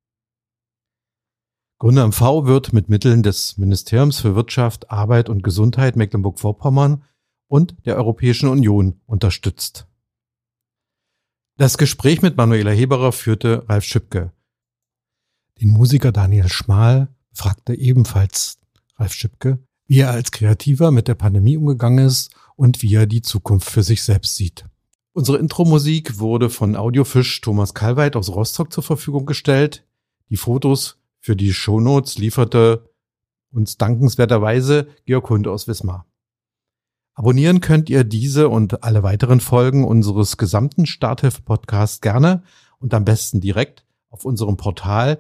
Gründer MV wird mit Mitteln des Ministeriums für Wirtschaft, Arbeit und Gesundheit Mecklenburg-Vorpommern und der Europäischen Union unterstützt. Das Gespräch mit Manuela Heberer führte Ralf Schipke. Den Musiker Daniel Schmal fragte ebenfalls Ralf Schipke, wie er als Kreativer mit der Pandemie umgegangen ist und wie er die Zukunft für sich selbst sieht. Unsere Intro-Musik wurde von Audiofisch Thomas Kalweit aus Rostock zur Verfügung gestellt. Die Fotos für die Shownotes lieferte uns dankenswerterweise Georg Hunde aus Wismar. Abonnieren könnt ihr diese und alle weiteren Folgen unseres gesamten Starthilfe-Podcasts gerne und am besten direkt auf unserem Portal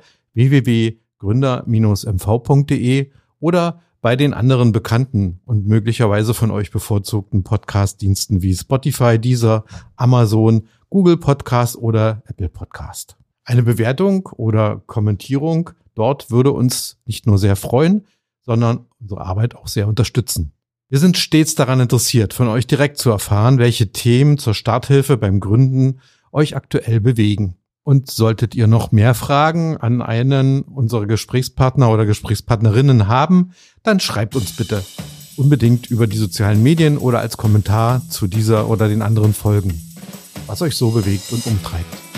www.gründer-mv.de oder bei den anderen bekannten und möglicherweise von euch bevorzugten Podcast-Diensten wie Spotify, Deezer, Amazon, Google Podcast oder Apple Podcast. Eine Bewertung oder Kommentierung dort würde uns nicht nur sehr freuen, sondern unsere Arbeit auch sehr unterstützen. Wir sind stets daran interessiert, von euch direkt zu erfahren, welche Themen zur Starthilfe beim Gründen euch aktuell bewegen. Und solltet ihr noch mehr Fragen an einen unserer Gesprächspartner oder Gesprächspartnerinnen haben, dann schreibt uns bitte unbedingt über die sozialen Medien oder als Kommentar zu dieser oder den anderen Folgen, was euch so bewegt und umtreibt.